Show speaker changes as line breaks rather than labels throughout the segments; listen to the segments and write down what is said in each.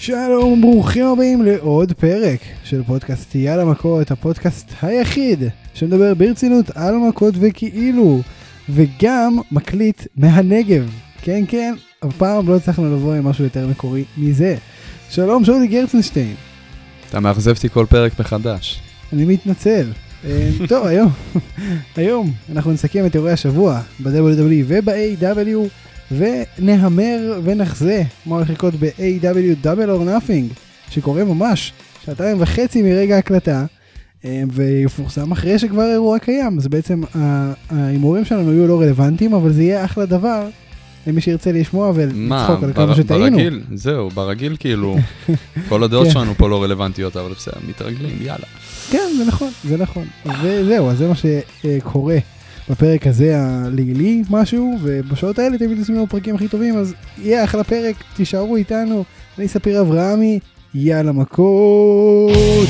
שלום, ברוכים הבאים לעוד פרק של פודקאסט יאללה מכות, הפודקאסט היחיד שמדבר ברצינות על מכות וכאילו, וגם מקליט מהנגב. כן, כן, הפעם לא הצלחנו לבוא עם משהו יותר מקורי מזה. שלום, שאולי גרצנשטיין.
אתה מאכזבתי כל פרק מחדש.
אני מתנצל. טוב, היום אנחנו נסכם את אירועי השבוע ב-WWE וב-AW, ונהמר ונחזה מה הולך לקרות ב-AW Double or Nothing, שקורה ממש 2.5 מרגע ההקלטה, ויפורסם אחרי שכבר אירוע קיים. אז בעצם ההימורים שלנו יהיו לא רלוונטיים, אבל זה יהיה אחלה דבר למי שירצה לשמוע ולצחוק על כמה שטעינו.
ברגיל, זהו, ברגיל כאילו, כל הדעות שלנו פה לא רלוונטיות, אבל בסדר, מתרגלים, יאללה.
כן, זה נכון, זה נכון. וזהו, אז זה מה שקורה בפרק הזה הלילי משהו, ובשעות האלה תמיד עושים לנו פרקים הכי טובים, אז יהיה אחלה פרק, תישארו איתנו. אני ספיר אברהמי, יאללה מכות.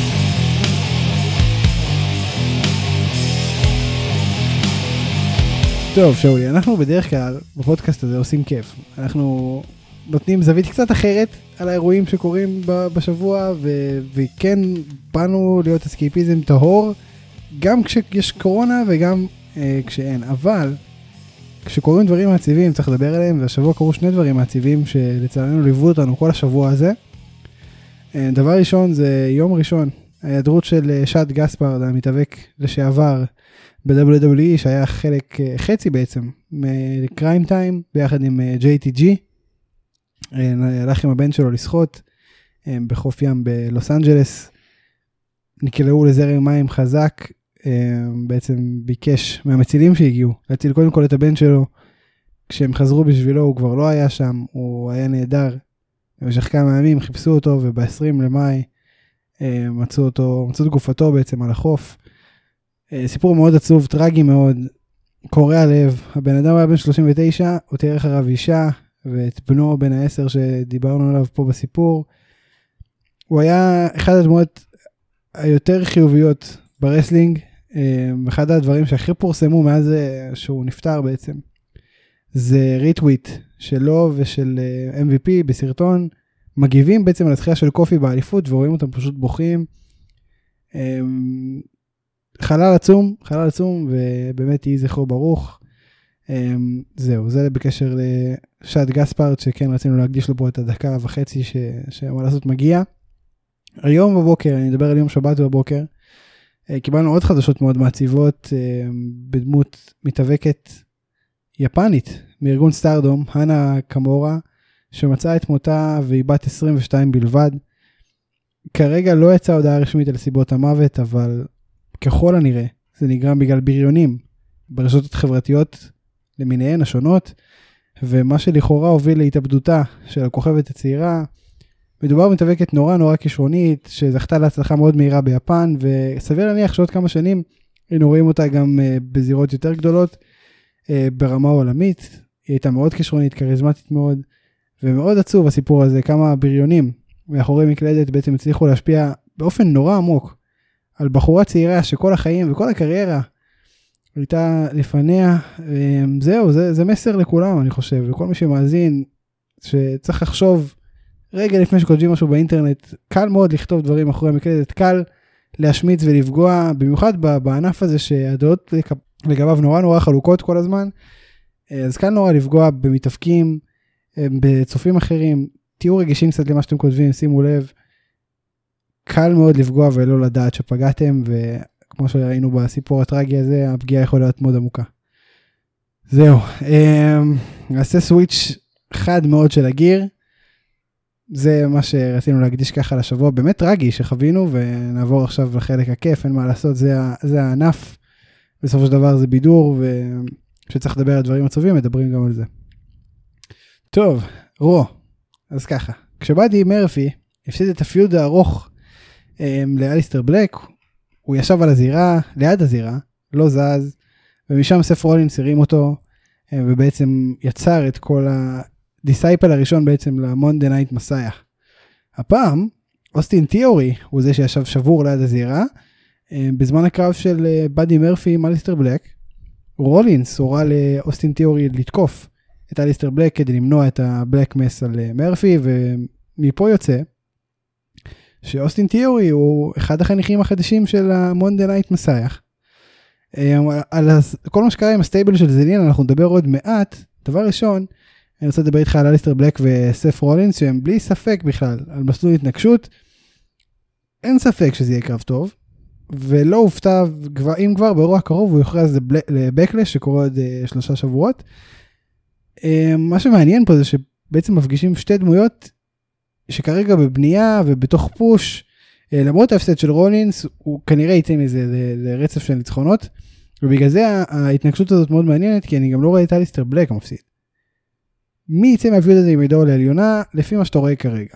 טוב, שאולי, אנחנו בדרך כלל בפודקאסט הזה עושים כיף. אנחנו נותנים זווית קצת אחרת על האירועים שקורים בשבוע, וכן באנו להיות אסקייפיזם טהור, גם כשיש קורונה וגם כשאין. אבל כשקורים דברים מעציבים צריך לדבר עליהם, והשבוע קורו שני דברים מעציבים שלצערנו ליוו אותנו כל השבוע הזה. דבר ראשון זה יום ראשון, ההיעדרות של שאד גספרד, המתאבק לשעבר ב-WWE, שהיה חצי בעצם מקריים טיים ביחד עם JTG. הלך עם הבן שלו לשחות בחוף ים בלוס אנג'לס, נקלעו לזרם מים חזק, בעצם ביקש מהמצילים שהגיעו להציל קודם כל את הבן שלו. כשהם חזרו בשבילו הוא כבר לא היה שם, הוא היה נהדר. במשך כמה ימים חיפשו אותו, וב-20 למאי מצאו את גופתו בעצם על החוף. סיפור מאוד עצוב, טרגי מאוד, קורע לב. הבן אדם היה בן 39, הוא תיאר אחריו אישה ואת בנו בן 10 שדיברנו עליו פה בסיפור. הוא היה אחד הדמויות היותר חיוביות ברסלינג, אחד הדברים שהכי פורסמו מאז שהוא נפטר בעצם, זה ריטוויט שלו ושל MVP בסרטון, מגיבים בעצם על התחייה של קופי באליפות, ורואים אותם פשוט בוכים. חלל עצום, ובאמת יהי זכרו ברוך. זהו, זה בקשר לשאד גספרד, שכן רצינו להקדיש לו פה את הדקה וחצי שמה לעשות מגיע. היום בבוקר, אני מדבר על יום שבת בבוקר, קיבלנו עוד חדשות מאוד מעציבות, בדמות מתאבקת יפנית מארגון סטארדום, הנה קמורה, שמצאה את מותה והיא בת 22 בלבד. כרגע לא יצאה הודעה רשמית על סיבות המוות, אבל ככל הנראה זה נגרם בגלל בריונים ברשתות החברתיות למיניהן השונות, ומה שלכאורה הוביל להתאבדותה של הכוכבת הצעירה. מדובר במתאבקת נורא כישרונית, שזכתה להצלחה מאוד מהירה ביפן, וסביר להניח שעוד כמה שנים היינו רואים אותה גם בזירות יותר גדולות, ברמה עולמית. היא הייתה מאוד כישרונית, כריזמטית מאוד, ומאוד עצוב הסיפור הזה, כמה בריונים מאחורי מקלדת בעצם הצליחו להשפיע באופן נורא עמוק על בחורה צעירה שכל החיים וכל הקריירה הייתה לפניה. זהו, זה מסר לכולם, אני חושב, לכל מי שמאזין, שצריך לחשוב רגע לפני שכותבים משהו באינטרנט. קל מאוד לכתוב דברים אחרי המקלדת, קל להשמיץ ולפגוע, במיוחד בענף הזה שהדעות לגביו נורא חלוקות כל הזמן. אז קל נורא לפגוע במתאבקים, בצופים אחרים. תהיו רגישים קצת למה שאתם כותבים, שימו לב. קל מאוד לפגוע ולא לדעת שפגעתם, וכמו שראינו בסיפור הטרגי הזה, הפגיעה יכולה להיות מאוד עמוקה. זהו, נעשה סוויץ' חד מאוד של הגיר. זה מה שרצינו להקדיש ככה לשבוע באמת טרגי שחווינו, ונעבור עכשיו לחלק הכיף. אין מה לעשות, זה הענף, בסופו של דבר זה בידור, וכשצריך לדבר על דברים עצובים מדברים גם על זה. טוב, אז ככה, כשבאדי מרפי הפסיד את הפיוד הארוך לאליסטר בלק, הוא ישב על הזירה, ליד הזירה, לא זז, ומשם סף רולינס הרים אותו, ובעצם יצר את כל הדיסייפל הראשון בעצם למונדי נייט מסאיה. הפעם, אוסטין תיאורי הוא זה שישב שבור ליד הזירה, בזמן הקרב של באדי מרפי עם אליסטר בלק. רולינס הורה לאוסטין תיאורי לתקוף את אליסטר בלק כדי למנוע את הבלק מס על מרפי, ומפה יוצא שאוסטין תיאורי הוא אחד החניכים החדשים של המונדי נייט מסייח. על כל מה שקרה עם הסטייבל של זלין אנחנו נדבר עוד מעט. דבר ראשון, אני רוצה לדבר איתך על אליסטר בלק וסף רולינס, שהם בלי ספק בכלל על מסלול התנגשות. אין ספק שזה יהיה קרב טוב, ולא הופתע, אם כבר באירוע הקרוב הוא יוכרז לבקלש שקורה עוד 3 שבועות. מה שמעניין פה זה שבעצם מפגישים שתי דמויות שכרגע בבנייה ובתוך פוש, למרות ההפסד של רולינס, הוא כנראה יצא מזה לרצף של ניצחונות, ובגלל זה ההתנגשות הזאת מאוד מעניינת, כי אני גם לא רואה את אליסטר בלק המפסיד. מי יצא מהפיוד הזה עם ידו לעליונה, לפי מה שאתה רואה כרגע?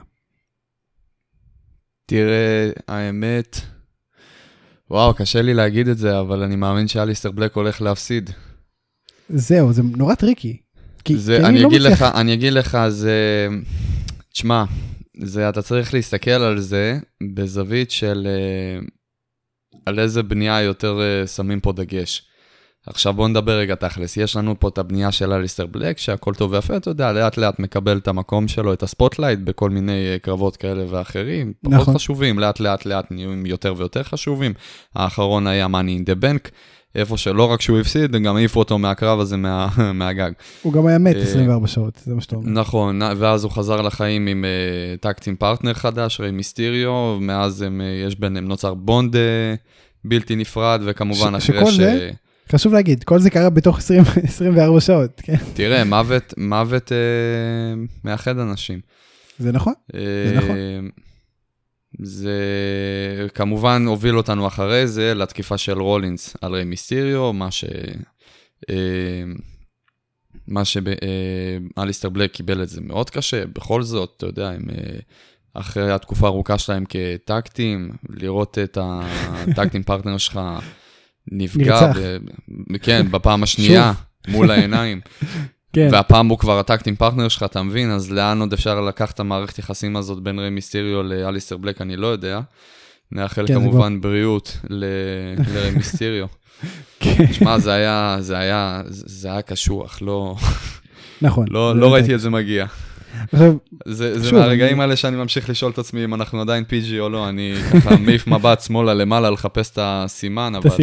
תראה, האמת, וואו, קשה לי להגיד את זה, אבל אני מאמין שאליסטר בלק הולך להפסיד.
זהו, זה נורא טריקי.
אני אגיד לך, זה, תשמע, אתה צריך להסתכל על זה בזווית של על איזה בנייה יותר שמים פה דגש. עכשיו בוא נדבר רגע תכלס, יש לנו פה את הבנייה של אליסטר בלק, שהכל טוב ויפה, אתה יודע, לאט לאט מקבל את המקום שלו, את הספוטלייט, בכל מיני קרבות כאלה ואחרים, פחות נכון. חשובים, לאט לאט נהיים יותר ויותר חשובים. האחרון היה Money in the Bank, איפה שלא רק שהוא הפסיד, גם העיפו אותו מהקרב הזה מהגג.
הוא גם היה מת 24 שעות, זה מה שאתה אומר.
נכון, ואז הוא חזר לחיים עם טאקטים פרטנר חדש, ריי מיסטריו, מאז יש ביניהם נוצר בונד בלתי נפרד, וכמובן אחרי
חשוב להגיד, כל זה קרה בתוך 24 שעות, כן?
תראה, מוות מאחד אנשים.
זה נכון, זה נכון.
זה כמובן הוביל אותנו אחרי זה לתקיפה של רולינס על ריי מיסטריו, מה שאליסטר בלק קיבל את זה מאוד קשה, בכל זאת, אתה יודע, אחרי התקופה הארוכה שלהם כטקטים, לראות את הטקטים פרטנר שלך נפגע, כן, בפעם השנייה, מול העיניים. והפעם הוא כבר הטקטים פרטנר שלך, אתה מבין? אז לאן עוד אפשר לקחת את המערכת יחסים הזאת בין ריי מיסטריו לאליסטר בלק, אני לא יודע. נאחל כמובן בריאות לריי מיסטריו. תשמע, זה היה קשוח, לא ראיתי את זה מגיע. זה מהרגעים האלה שאני ממשיך לשאול את עצמי אם אנחנו עדיין PG או לא, אני ככה מעיף מבט שמאלה למעלה לחפש את הסימן, אבל...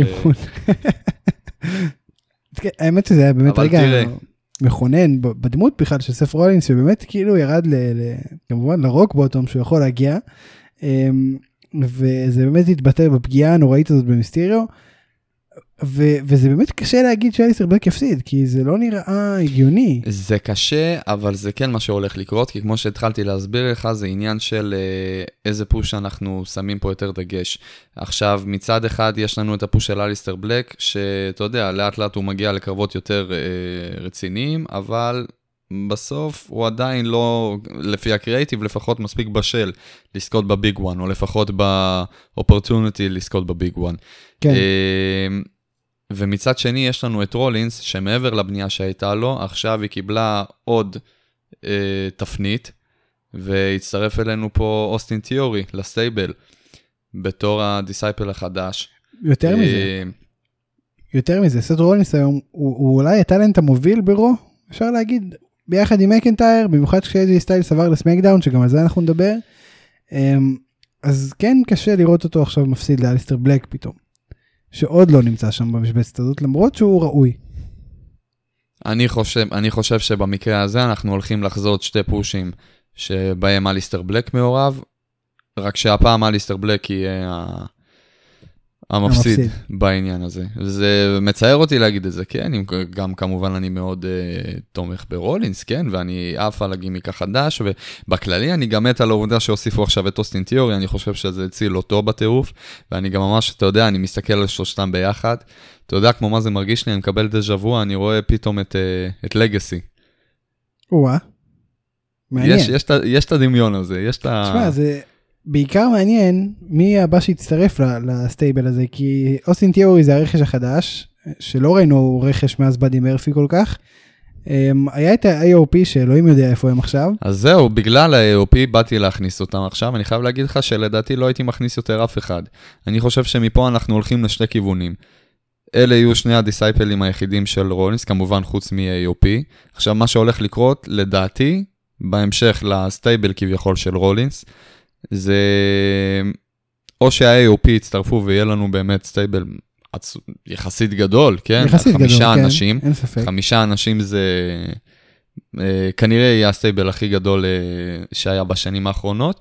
האמת שזה היה באמת רגע מכונן בדמות בכלל של סף רולינס, שבאמת כאילו ירד כמובן לרוק בוטום שהוא יכול להגיע, וזה באמת התבטא בפגיעה הנוראית הזאת במיסטריו, וזה באמת קשה להגיד שאליסטר בלק יפסיד, כי זה לא נראה הגיוני.
זה קשה, אבל זה כן מה שהולך לקרות, כי כמו שהתחלתי להסביר לך, זה עניין של איזה פוש אנחנו שמים פה יותר דגש. עכשיו, מצד אחד יש לנו את הפוש של אליסטר בלק, שאתה יודע, לאט לאט הוא מגיע לקרבות יותר רציניים, אבל בסוף הוא עדיין לא, לפי הקריאיטיב, לפחות מספיק בשל לזכות בביג וואן, או לפחות באופורטוניטי לזכות בביג וואן.
כן.
ומצד שני יש לנו את רולינס, שמעבר לבנייה שהייתה לו, עכשיו היא קיבלה עוד תפנית, והצטרף אלינו פה אוסטין תיאורי, לסטייבל, בתור הדיסייפל החדש.
יותר מזה, סט רולינס היום, הוא אולי הטלנט המוביל ברו, אפשר להגיד, ביחד עם מקנטייר, במיוחד כשאיזי סטייל סבר לסמקדאון, שגם על זה אנחנו נדבר, אז כן קשה לראות אותו עכשיו מפסיד לאליסטר בלק פתאום. שעוד לא נמצא שם במשבצת הזאת, למרות שהוא ראוי.
אני חושב שבמקרה הזה אנחנו הולכים לחזות 2 פושים שבהם אליסטר בלק מעורב, רק שהפעם אליסטר בלק יהיה המפסיד בעניין הזה. זה מצער אותי להגיד את זה, כן, גם כמובן אני מאוד תומך ברולינס, כן, ואני אף על הגימיק החדש, ובכללי אני גם מת על העובדה שהוסיפו עכשיו את אוסטין תיאורי, אני חושב שזה הציל אותו בטירוף, ואני גם ממש, אתה יודע, אני מסתכל על שלושתם ביחד, אתה יודע כמו מה זה מרגיש לי, אני מקבל דז'ה-וו, אני רואה פתאום את לגאסי.
מעניין.
יש את הדמיון הזה, יש את ה...
תשמע, זה... בעיקר מעניין מי הבא שיצטרף לסטייבל הזה, כי אוסטין תיאורי זה הרכש החדש, שלא ראינו רכש מאז בדי מרפי כל כך, היה את ה-AOP שאלוהים יודע איפה הם עכשיו.
אז זהו, בגלל ה-AOP באתי להכניס אותם עכשיו, אני חייב להגיד לך שלדעתי לא הייתי מכניס יותר אף אחד. אני חושב שמפה אנחנו הולכים לשני כיוונים. אלה יהיו שני הדיסייפלים היחידים של רולינס, כמובן חוץ מ-AOP. עכשיו מה שהולך לקרות, לדעתי, בהמשך לסטייבל כביכול של רולינס, זה או שה-AOP יצטרפו ויהיה לנו באמת סטייבל יחסית גדול, כן?
יחסית גדול, כן,
אנשים,
אין ספק.
5 אנשים זה כנראה יהיה הסטייבל הכי גדול שהיה בשנים האחרונות.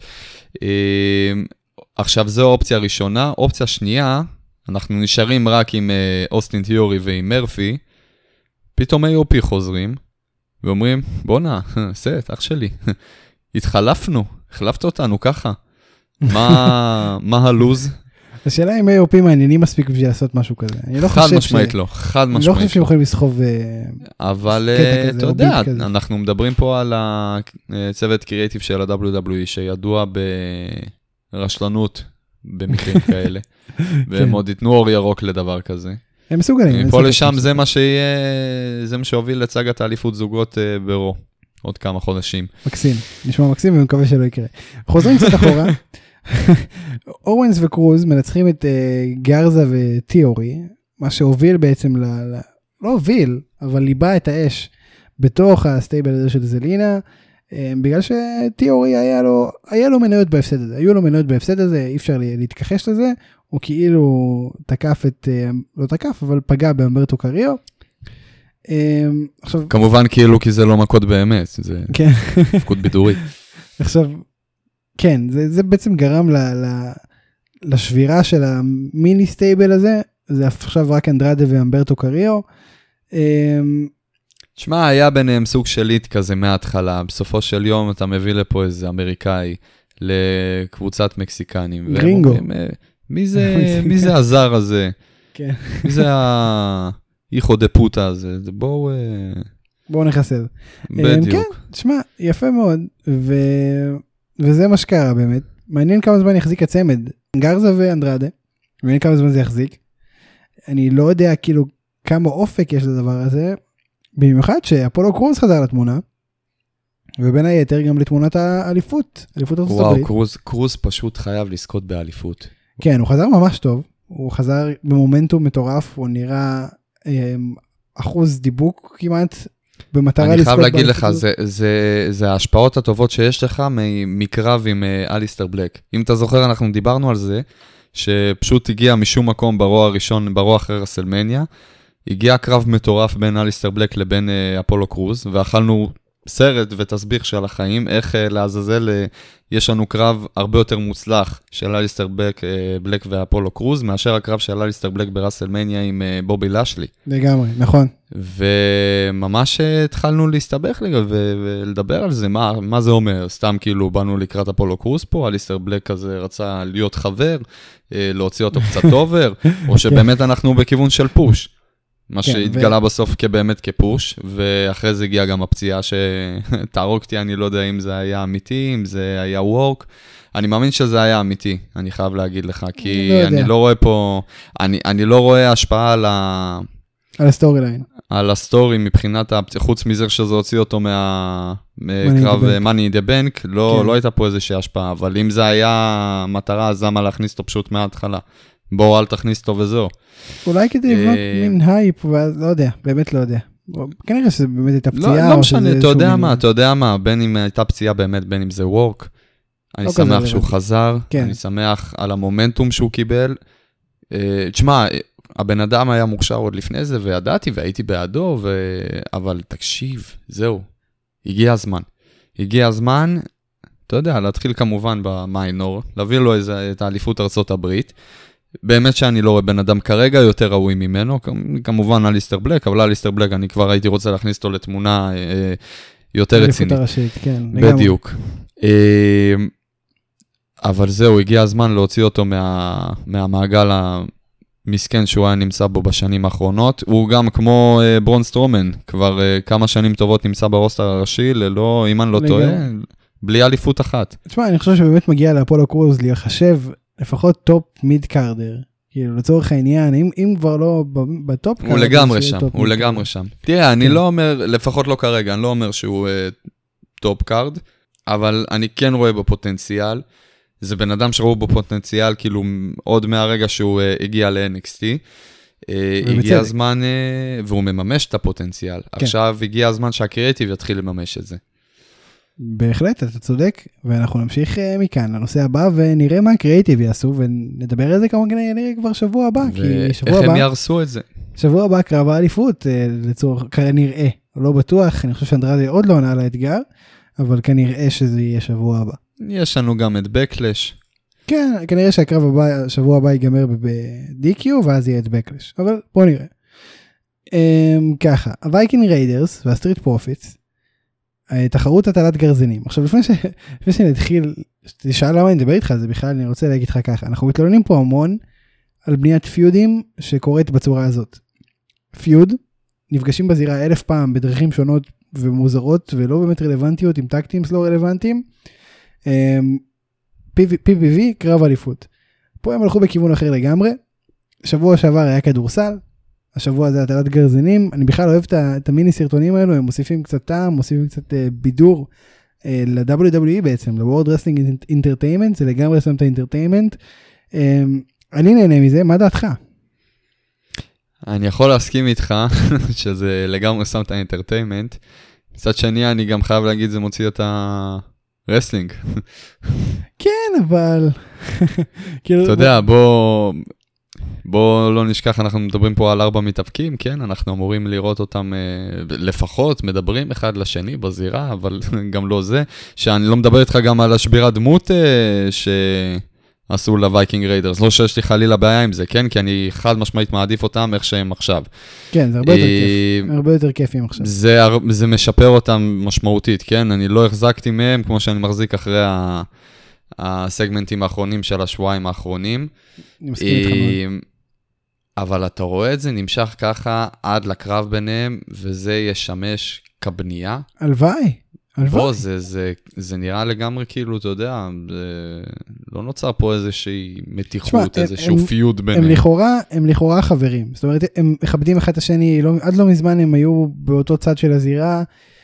עכשיו זו אופציה ראשונה. אופציה שנייה, אנחנו נשארים רק עם אוסטין תיאורי ועם מרפי, פתאום AOP חוזרים, ואומרים, בוא נע, סט, אח שלי, התחלפנו, החלפת אותנו ככה. מה הלוז?
השאלה אם AOP מעניינים מספיק בשביל לעשות משהו כזה.
חד משמעית לא, חד משמעית
לא. אני לא חושב שהם יכולים לסחוב
אבל אתה יודע, אנחנו מדברים פה על הצוות קריאטיב של ה-WWE, שידוע ברשלנות במקרים כאלה, והם עוד ייתנו אור ירוק לדבר כזה.
הם מסוגלים.
מפה לשם זה מה שיהיה, זה מה שהוביל לצגת האליפות זוגות ברו, עוד כמה חודשים.
מקסים, נשמע מקסים ומקווה שלא יקרה. חוזרים קצת אחורה, אורנס וקרוז מנצחים את גרזה וטיורי, מה שהוביל בעצם, לא הוביל, אבל ליבה את האש בתוך הסטייבל הזה של זלינה, בגלל שטיורי היה לו מניות בהפסד הזה, היו לו מניות בהפסד הזה, אי אפשר להתכחש לזה, הוא כאילו תקף לא תקף, אבל פגע באמברטו קריו.
כמובן כאילו כי זה לא מכות באמת, זה פקוד בידורי.
עכשיו, כן, זה בעצם גרם לשבירה של המיני סטייבל הזה, זה עכשיו רק אנדרדה ואמברטו קריו.
תשמע, היה ביניהם סוג של איט כזה מההתחלה, בסופו של יום אתה מביא לפה איזה אמריקאי לקבוצת מקסיקנים.
גרינגו.
מי זה הזר הזה?
כן.
מי זה האיכו דה פוטה הזה?
בואו נחסל.
בדיוק.
כן, תשמע, יפה מאוד, וזה מה שקרה באמת. מעניין כמה זמן יחזיק הצמד, גרזה ואנדרדה, מעניין כמה זמן זה יחזיק. אני לא יודע כאילו כמה אופק יש לדבר הזה, במיוחד שאפולו קרוז חזר לתמונה, ובין היתר גם לתמונת האליפות, אליפות ארצות הברית.
וואו, קרוז פשוט חייב לזכות באליפות.
כן, הוא חזר ממש טוב, הוא חזר במומנטום מטורף, הוא נראה אחוז דיבוק כמעט, במטרה לזכות.
אני חייב להגיד לך, זה ההשפעות הטובות שיש לך מקרב עם אליסטר בלק. אם אתה זוכר, אנחנו דיברנו על זה, שפשוט הגיע משום מקום ברוע הראשון, ברוע אחרי רסלמניה, הגיע קרב מטורף בין אליסטר בלק לבין אפולו קרוז, ואכלנו סרט ותסביך של החיים, איך לעזאזל יש לנו קרב הרבה יותר מוצלח של אליסטר בלק ואפולו קרוז, מאשר הקרב של אליסטר בלק ברסלמניה עם בובי לשלי.
לגמרי, נכון.
וממש התחלנו להסתבך ולדבר על זה, מה זה אומר? סתם כאילו באנו לקראת אפולו קרוז פה, אליסטר בלק כזה רצה להיות חבר, להוציא אותו קצת אובר, או שבאמת אנחנו בכיוון של פוש. מה שהתגלה בסוף באמת כפוש, ואחרי זה הגיעה גם הפציעה שתערוקתי, אני לא יודע אם זה היה אמיתי, אם זה היה וורק, אני מאמין שזה היה אמיתי, אני חייב להגיד לך, כי אני לא רואה פה, אני לא רואה השפעה על
הסטורי ליין.
על הסטורי מבחינת, חוץ מזה שזה הוציא אותו מהקרב Money in the Bank, לא הייתה פה איזושהי השפעה, אבל אם זה היה מטרה, אז למה להכניס אותו פשוט מההתחלה? בואו, אל תכניס אותו וזהו.
אולי כדי לבנות מין הייפ, לא יודע, באמת לא יודע. כנראה שזה באמת הייתה פציעה.
לא משנה, אתה יודע מה, בין אם הייתה פציעה באמת, בין אם זה וורק, אני שמח שהוא חזר, אני שמח על המומנטום שהוא קיבל. תשמע, הבן אדם היה מוכשר עוד לפני זה, וידעתי והייתי בעדו, אבל תקשיב, זהו, הגיע הזמן, אתה יודע, להתחיל כמובן במיינור, להביא לו את האליפות ארצות הברית, באמת שאני לא רואה בן אדם כרגע יותר ראוי ממנו, כמובן אליסטר בלק, אבל אליסטר בלק אני כבר הייתי רוצה להכניס אותו לתמונה יותר רצינית.
הראשית, כן,
בדיוק. אבל זהו, הגיע הזמן להוציא אותו מהמעגל המסכן שהוא היה נמצא בו בשנים האחרונות. הוא גם כמו ברון סטרומן, כבר כמה שנים טובות נמצא ברוסטר הראשי, אם אני לא טועה, בלי אליפות אחת.
תשמע, אני חושב שבאמת מגיע לאפולו קרוז להיחשב לפחות טופ מיד קארדר, כאילו לצורך העניין, אם כבר לא בטופ קארדר,
הוא לגמרי שם. תראה, אני לא אומר, לפחות לא כרגע, אני לא אומר שהוא טופ קארד, אבל אני כן רואה בו פוטנציאל, זה בן אדם שראו בו פוטנציאל, כאילו עוד מהרגע שהוא הגיע ל-NXT, הגיע הזמן, והוא מממש את הפוטנציאל, עכשיו הגיע הזמן שהקריאטיב יתחיל לממש את זה.
בהחלט, אתה צודק, ואנחנו נמשיך מכאן לנושא הבא, ונראה מה הקריאיטיב יעשו, ונדבר על זה כמובן נראה כבר שבוע הבא, כי שבוע הבא...
ואיך הם ירסו את זה?
שבוע הבא קרב האליפות, לצורך, כנראה, לא בטוח, אני חושב שאנדרדה עוד לא עונה על האתגר, אבל כנראה שזה יהיה שבוע הבא.
יש לנו גם את בקלש.
כן, כנראה שהקרב הבא, שבוע הבא ייגמר ב-DQ, ואז יהיה את בקלש, אבל בוא נראה. ככה, הווייקינג ריידרס והסטריט פרופיטס, תחרות הטלת גרזנים. עכשיו, לפני שנתחיל, תשאל למה אני מדבר איתך, זה בכלל אני רוצה להגיד לך ככה, אנחנו מתלוננים פה המון על בניית פיודים שקורית בצורה הזאת. פיוד, נפגשים בזירה 1000 פעם בדרכים שונות ומוזרות, ולא באמת רלוונטיות, עם טקטים לא רלוונטיים. PPV, קרב אליפות. פה הם הלכו בכיוון אחר לגמרי. שבוע שעבר היה כדורסל, השבוע הזה הטלת גרזנים. אני בכלל אוהב את המיני סרטונים האלו, הם מוסיפים קצת טעם, מוסיפים קצת בידור ל-WWE בעצם, ל-World Wrestling Entertainment, זה לגמרי שם את האינטרטיימנט. אני נהנה מזה, מה דעתך?
אני יכול להסכים איתך שזה לגמרי שם את האינטרטיימנט. מצד שני, אני גם חייב להגיד, זה מוציא את הרסלינג.
כן, אבל...
אתה יודע, בוא לא נשכח, אנחנו מדברים פה על 4 מתאבקים, כן? אנחנו אמורים לראות אותם לפחות, מדברים אחד לשני בזירה, אבל גם לא זה. שאני לא מדבר איתך גם על השבירת דמות שעשו לווייקינג ריידרס. לא שיש לי חלילה בעיה עם זה, כן? כי אני חד משמעית מעדיף אותם איך שהם עכשיו.
כן, זה הרבה יותר כיף. הרבה יותר כיפים עכשיו.
זה משפר אותם משמעותית, כן? אני לא החזקתי מהם כמו שאני מחזיק אחרי הסגמנטים האחרונים של השבועיים האחרונים.
אני מסכים איתך מאוד.
אבל אתה רואה את זה נמשך ככה עד לקרב ביניהם, וזה ישמש כבנייה.
הלוואי.
בוא, זה נראה לגמרי כאילו, אתה יודע, לא נוצר פה איזושהי מתיחות, איזשהו פיוד ביניהם.
הם לכאורה חברים. זאת אומרת, הם מכבדים אחד את השני, עד לא מזמן הם היו באותו צד של הזירה.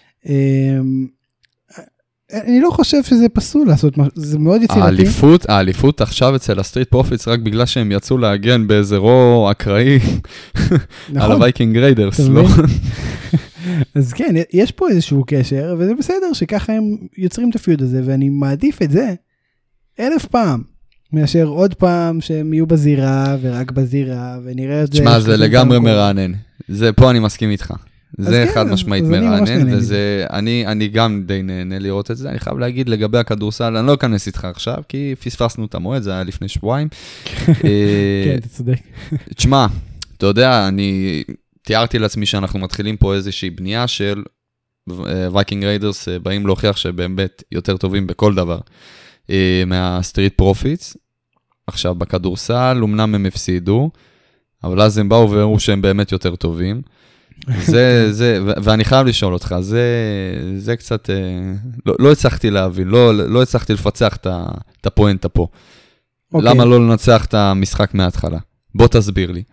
אני לא חושב שזה פסול לעשות משהו, זה מאוד יצירתי.
האליפות עכשיו אצל הסטריט פרופיטס, רק בגלל שהם יצאו להגן באיזה רו אקראי על הווייקינג ריידרס, לא?
אז כן, יש פה איזשהו קשר, וזה בסדר שככה הם יוצרים את הפיוד הזה, ואני מעדיף את זה 1000 פעם, מאשר עוד פעם שהם יהיו בזירה, ורק בזירה, ונראה את זה.
תשמע, זה לגמרי מרענן. זה פה אני מסכים איתך. זה חד משמעית מרענן, וזה, אני גם די נהנה לראות את זה. אני חייב להגיד לגבי הכדורסל, אני לא אכנס איתך עכשיו, כי פספסנו את המועד, זה היה לפני שבועיים.
כן, אתה צודק.
תשמע, אתה יודע, אני תיארתי לעצמי שאנחנו מתחילים פה איזושהי בנייה של וייקינג ריידרס, באים להוכיח שבאמת יותר טובים בכל דבר מהסטריט פרופיטס. עכשיו, בכדורסל, אמנם הם הפסידו, אבל אז הם באו והראו שהם באמת יותר טובים. ואני חייב לשאול אותך, זה קצת, לא הצלחתי להבין, לא הצלחתי לפצח את הפואנטה פה. למה לא לנצח את המשחק מההתחלה? בוא תסביר לי.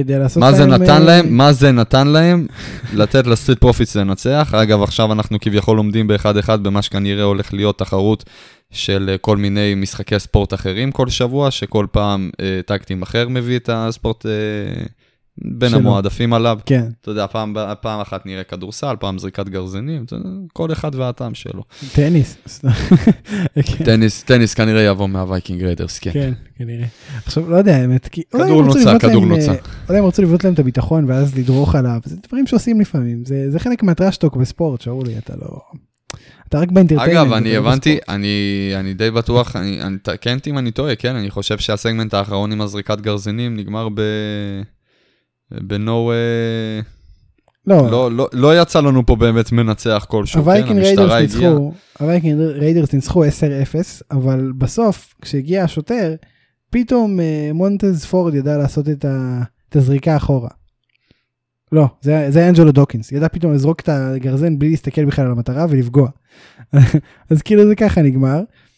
מה זה נתן להם לתת לסטריט פרופיטס לנצח? אגב, עכשיו אנחנו כביכול עומדים ב1-1 במה שכנראה הולך להיות תחרות של כל מיני משחקי ספורט אחרים כל שבוע, שכל פעם טקטים אחר מביא את הספורט בין המועדפים עליו.
כן.
אתה יודע, פעם אחת נראה כדורסל, פעם זריקת גרזנים, כל אחד והטעם שלו. טניס כנראה יבוא מהווייקינג ריידרס, כן.
כן, כנראה. עכשיו, לא יודע, האמת,
כדור נוצא.
אולי הם רוצים לבנות להם את הביטחון, ואז לדרוך עליו. זה דברים שעושים לפעמים. זה חלק מהטרשטוק בספורט, שאור לי, אתה לא... אתה רק באינטרטיימנט.
אגב, אני הבנתי, אני די בטוח, כן, אם אני טועה, כן, אני חושב שהסגמנט האחרון עם הזריקת גרזנים נגמר בנו... לא יצא לנו פה באמת מנצח כלשהו, כן, המשטרה הגיעה.
הווייקינג ריידרס ניצחו 10-0, אבל בסוף, כשהגיע השוטר, פתאום מונטז פורד ידע לעשות את הזריקה אחורה. לא, זה היה אנג'לו דוקינס, ידע פתאום לזרוק את הגרזן בלי להסתכל בכלל על המטרה ולפגוע. אז כאילו זה ככה נגמר.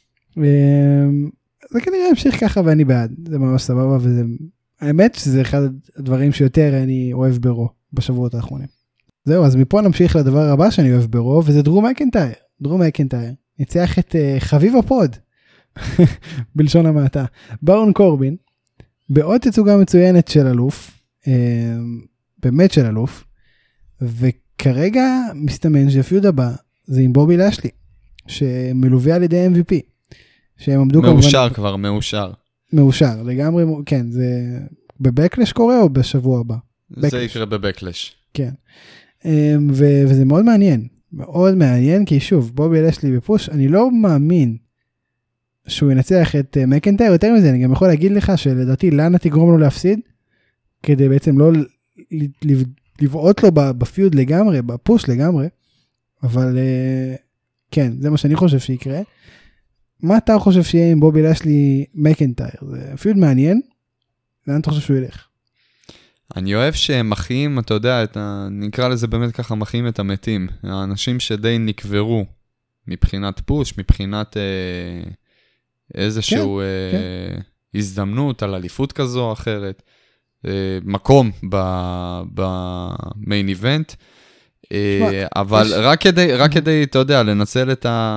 זה כנראה המשיך ככה ואני בעד, זה ממש סבבה, וזה... האמת שזה אחד הדברים שיותר אני אוהב ברו בשבועות האחרונים. זהו, אז מפה נמשיך לדבר הבא שאני אוהב ברו, וזה דרו מקנטייר. דרו מקנטייר ניצח את חביב הפוד, בלשון המעטה. ברון קורבין, בעוד תצוגה מצוינת של אלוף, באמת של אלוף, וכרגע מסתמן שהפיוד הבא זה עם בובי לשלי. שמלווה על ידי MVP, שהם עמדו
מאושר כבר, מאושר
לגמרי, כן, זה בבקלש קורה או בשבוע הבא?
זה יקרה בבקלש.
כן, וזה מאוד מעניין, מאוד מעניין, כי שוב, בובי לשלי בפוש, אני לא מאמין שהוא ינצח את מקנטייר, יותר מזה, אני גם יכול להגיד לך שלדעתי לנה תגרום לו להפסיד, כדי בעצם לא לבעוט לו בפיוד לגמרי, בפוש לגמרי, אבל כן, זה מה שאני חושב שיקרה. מה אתה חושב שיהיה עם בובי לשלי מקנטייר? זה פיוד מעניין, לאן אתה חושב שהוא ילך?
אני אוהב שהם מחיים, אתה יודע, נקרא לזה באמת ככה, מחיים את המתים. האנשים שדי נקברו מבחינת פוש, מבחינת איזשהו הזדמנות על אליפות כזו או אחרת, מקום במיין איבנט, אבל רק כדי, אתה יודע, לנצל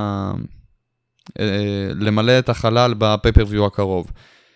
למלא את החלל בפייפריוויו הקרוב.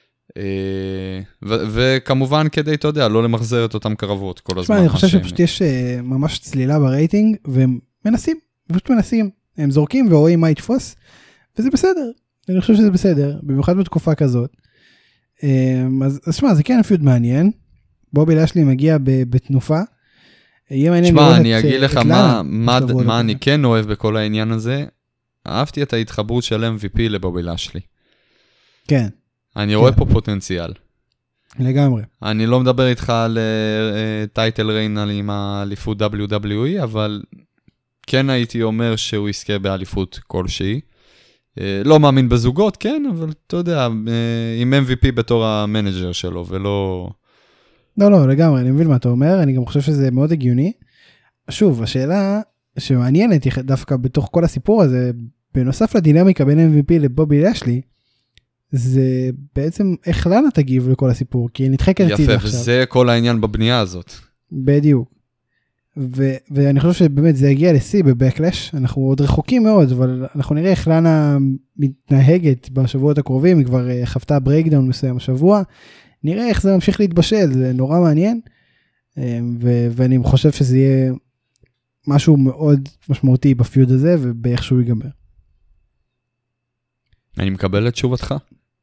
וכמובן כדי, אתה יודע, לא למחזר את אותם קרבות כל הזמן.
אני חושב שפשוט יש ממש צלילה ברייטינג, והם מנסים, הם זורקים ורואים מה יתפוס, וזה בסדר, אני חושב שזה בסדר, במיוחד בתקופה כזאת. אז שמע, זה כן הפיוד מעניין, בובי לשלי מגיע בתנופה,
שמע, אני אגיד לך מה אני כן אוהב בכל העניין הזה, אהבתי את ההתחברות של MVP לבובי לשלי.
כן.
אני רואה פה פוטנציאל.
לגמרי.
אני לא מדבר איתך על טייטל ריין עם האליפות WWE, אבל כן הייתי אומר שהוא יזכה באליפות כלשהי. לא מאמין בזוגות, כן, אבל אתה יודע, עם MVP בתור המנג'ר שלו, ולא...
לא, לגמרי, אני מבין מה אתה אומר, אני גם חושב שזה מאוד הגיוני. שוב, השאלה שמעניינת דווקא בתוך כל הסיפור הזה, בנוסף לדינמיקה בין MVP לבובי לשלי, זה בעצם איך לנה תגיב לכל הסיפור, כי נדחקת הצידה עכשיו.
יפה, וזה כל העניין בבנייה הזאת.
בדיוק. ואני חושב שבאמת זה הגיע לשיא בבקלש, אנחנו עוד רחוקים מאוד, אבל אנחנו נראה איך לנה מתנהגת בשבועות הקרובים, היא כבר חוותה ברייקדאון מסוים השבוע, נראה איך זה ממשיך להתבשל, זה נורא מעניין, ואני חושב שזה יהיה משהו מאוד משמעותי בפיוד הזה, ובאיך שהוא ייגמר.
אני מקבל את תשובתך.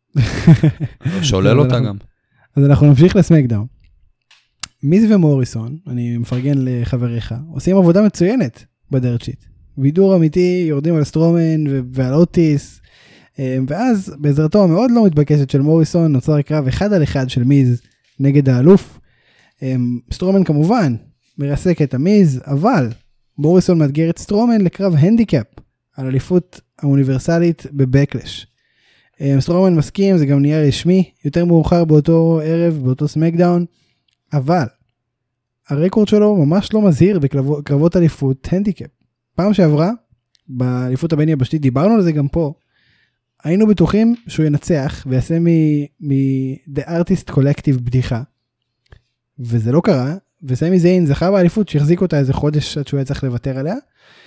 שולל אותה גם.
אז אנחנו נמשיך לסמקדאון. מיז ומוריסון, אני מפרגן לחבריך, עושים עבודה מצוינת בדרט שיט. וידור אמיתי, יורדים על סטרומן ועל אוטיס, ואז בעזרתו המאוד לא מתבקשת של מוריסון, נוצר קרב 1-1 של מיז נגד האלוף. סטרומן כמובן מרסק את המיז, אבל מוריסון מאתגר את סטרומן לקרב הנדיקאפ, על אליפות האוניברסלית בבקלש. סטרומן מסכים, זה גם נהיה רשמי, יותר מאוחר באותו ערב, באותו סמקדאון, אבל הרקורד שלו ממש לא מזהיר בקרבות אליפות הנדיקאפ. פעם שעברה, באליפות הבין יבשתית, דיברנו על זה גם פה, היינו בטוחים שהוא ינצח, ויעשה מ-The Artist Collective בדיחה, וזה לא קרה, וסמי זיין זכה באליפות, שהחזיק אותה איזה חודש עד שהוא היה צריך לוותר עליה.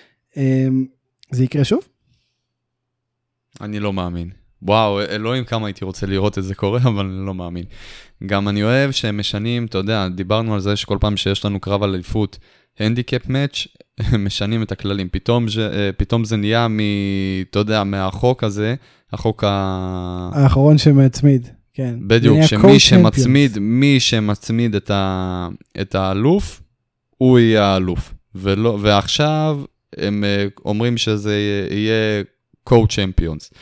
זה יקרה שוב?
אני לא מאמין. וואו, אלוהים כמה הייתי רוצה לראות את זה קורה, אבל אני לא מאמין. גם אני אוהב שהם משנים, אתה יודע, דיברנו על זה שכל פעם שיש לנו קרב על אליפות, הנדיקאפ מאץ', משנים את הכללים. פתאום זה נהיה אתה יודע, מהחוק הזה, החוק
האחרון שמצמיד, כן.
בדיוק, מי שמצמיד את האלוף, הוא יהיה האלוף. ועכשיו הם אומרים שזה יהיה co-champions.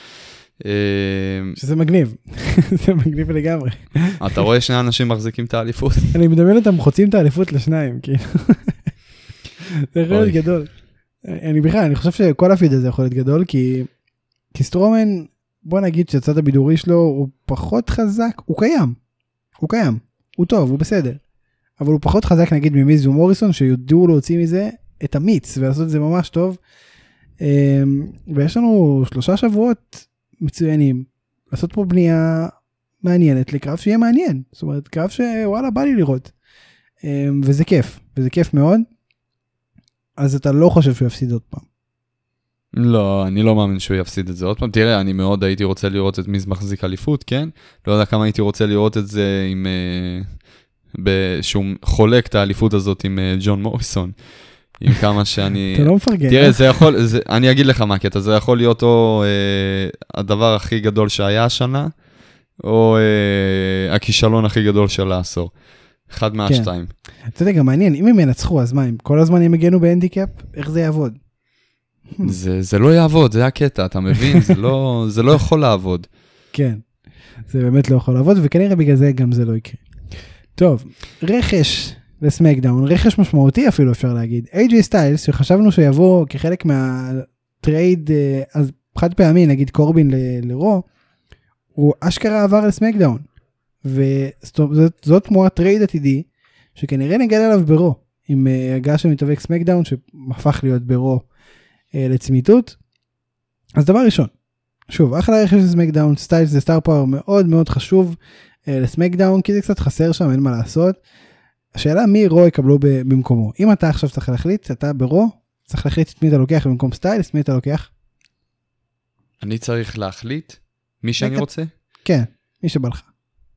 שזה מגניב, זה מגניב לגמרי.
אתה רואה שני אנשים מחזיקים את האליפות?
אני מדמיין אותם חוצים את האליפות לשניים, כאילו. זה יכול להיות גדול. אני חושב שכל הפיד הזה יכול להיות גדול, כי סטרומן, בוא נגיד שהצד הבידורי שלו הוא פחות חזק, הוא קיים, הוא טוב, הוא בסדר, אבל הוא פחות חזק נגיד ממיז ומוריסון, שיודעו להוציא מזה את המיץ, ולעשות את זה ממש טוב, ויש לנו 3 שבועות מצוינים, לעשות פה בנייה מעניינת לקרב שיהיה מעניין, זאת אומרת, קרב שוואלה בא לי לראות, וזה כיף מאוד, אז אתה לא חושב שהוא יפסיד עוד פעם?
לא, אני לא מאמין שהוא יפסיד את זה עוד פעם. תראה, אני מאוד הייתי רוצה לראות את מיז מחזיק אליפות, כן? לא יודע כמה הייתי רוצה לראות את זה שהוא חולק את האליפות הזאת עם ג'ון מוריסון. עם כמה שאני...
אתה לא מפרגן.
תראה, זה יכול, אני אגיד לך מה הקטע, זה יכול להיות או הדבר הכי גדול שהיה השנה, או הכישלון הכי גדול של העשור. אחד מהשתיים.
אתה יודע, גם מעניין, אם הם ינצחו, אז מה, אם כל הזמן הם יגנו בהנדיקאפ, איך זה יעבוד?
זה לא יעבוד, זה הקטע, אתה מבין? זה לא יכול לעבוד.
כן, זה באמת לא יכול לעבוד, וכנראה בגלל זה גם זה לא יקרה. טוב, רכש לסמקדאון, רכש משמעותי אפילו אפשר להגיד. AJ סטיילס, שחשבנו שיבוא כחלק מהטרייד, אז חד פעמי, נגיד קורבין לרו, הוא אשכרה עבר לסמקדאון. וזאת תמורת טרייד עתידי, שכנראה נגד עליו ברו, עם הגעה של מתאבק סמקדאון, שהפך להיות ברו לצמיתות. אז דבר ראשון, שוב, אחלה רכש לסמקדאון, סטיילס זה סטאר פאוור מאוד מאוד חשוב לסמקדאון, כי זה קצת חסר שם, אין מה לעשות. השאלה מי רו יקבלו במקומו. אם אתה עכשיו צריך להחליט, אתה ברו, צריך להחליט את מי אתה לוקח במקום סטיילס, מי אתה לוקח?
אני צריך להחליט? מי שאני רוצה?
כן, מי שבא לך.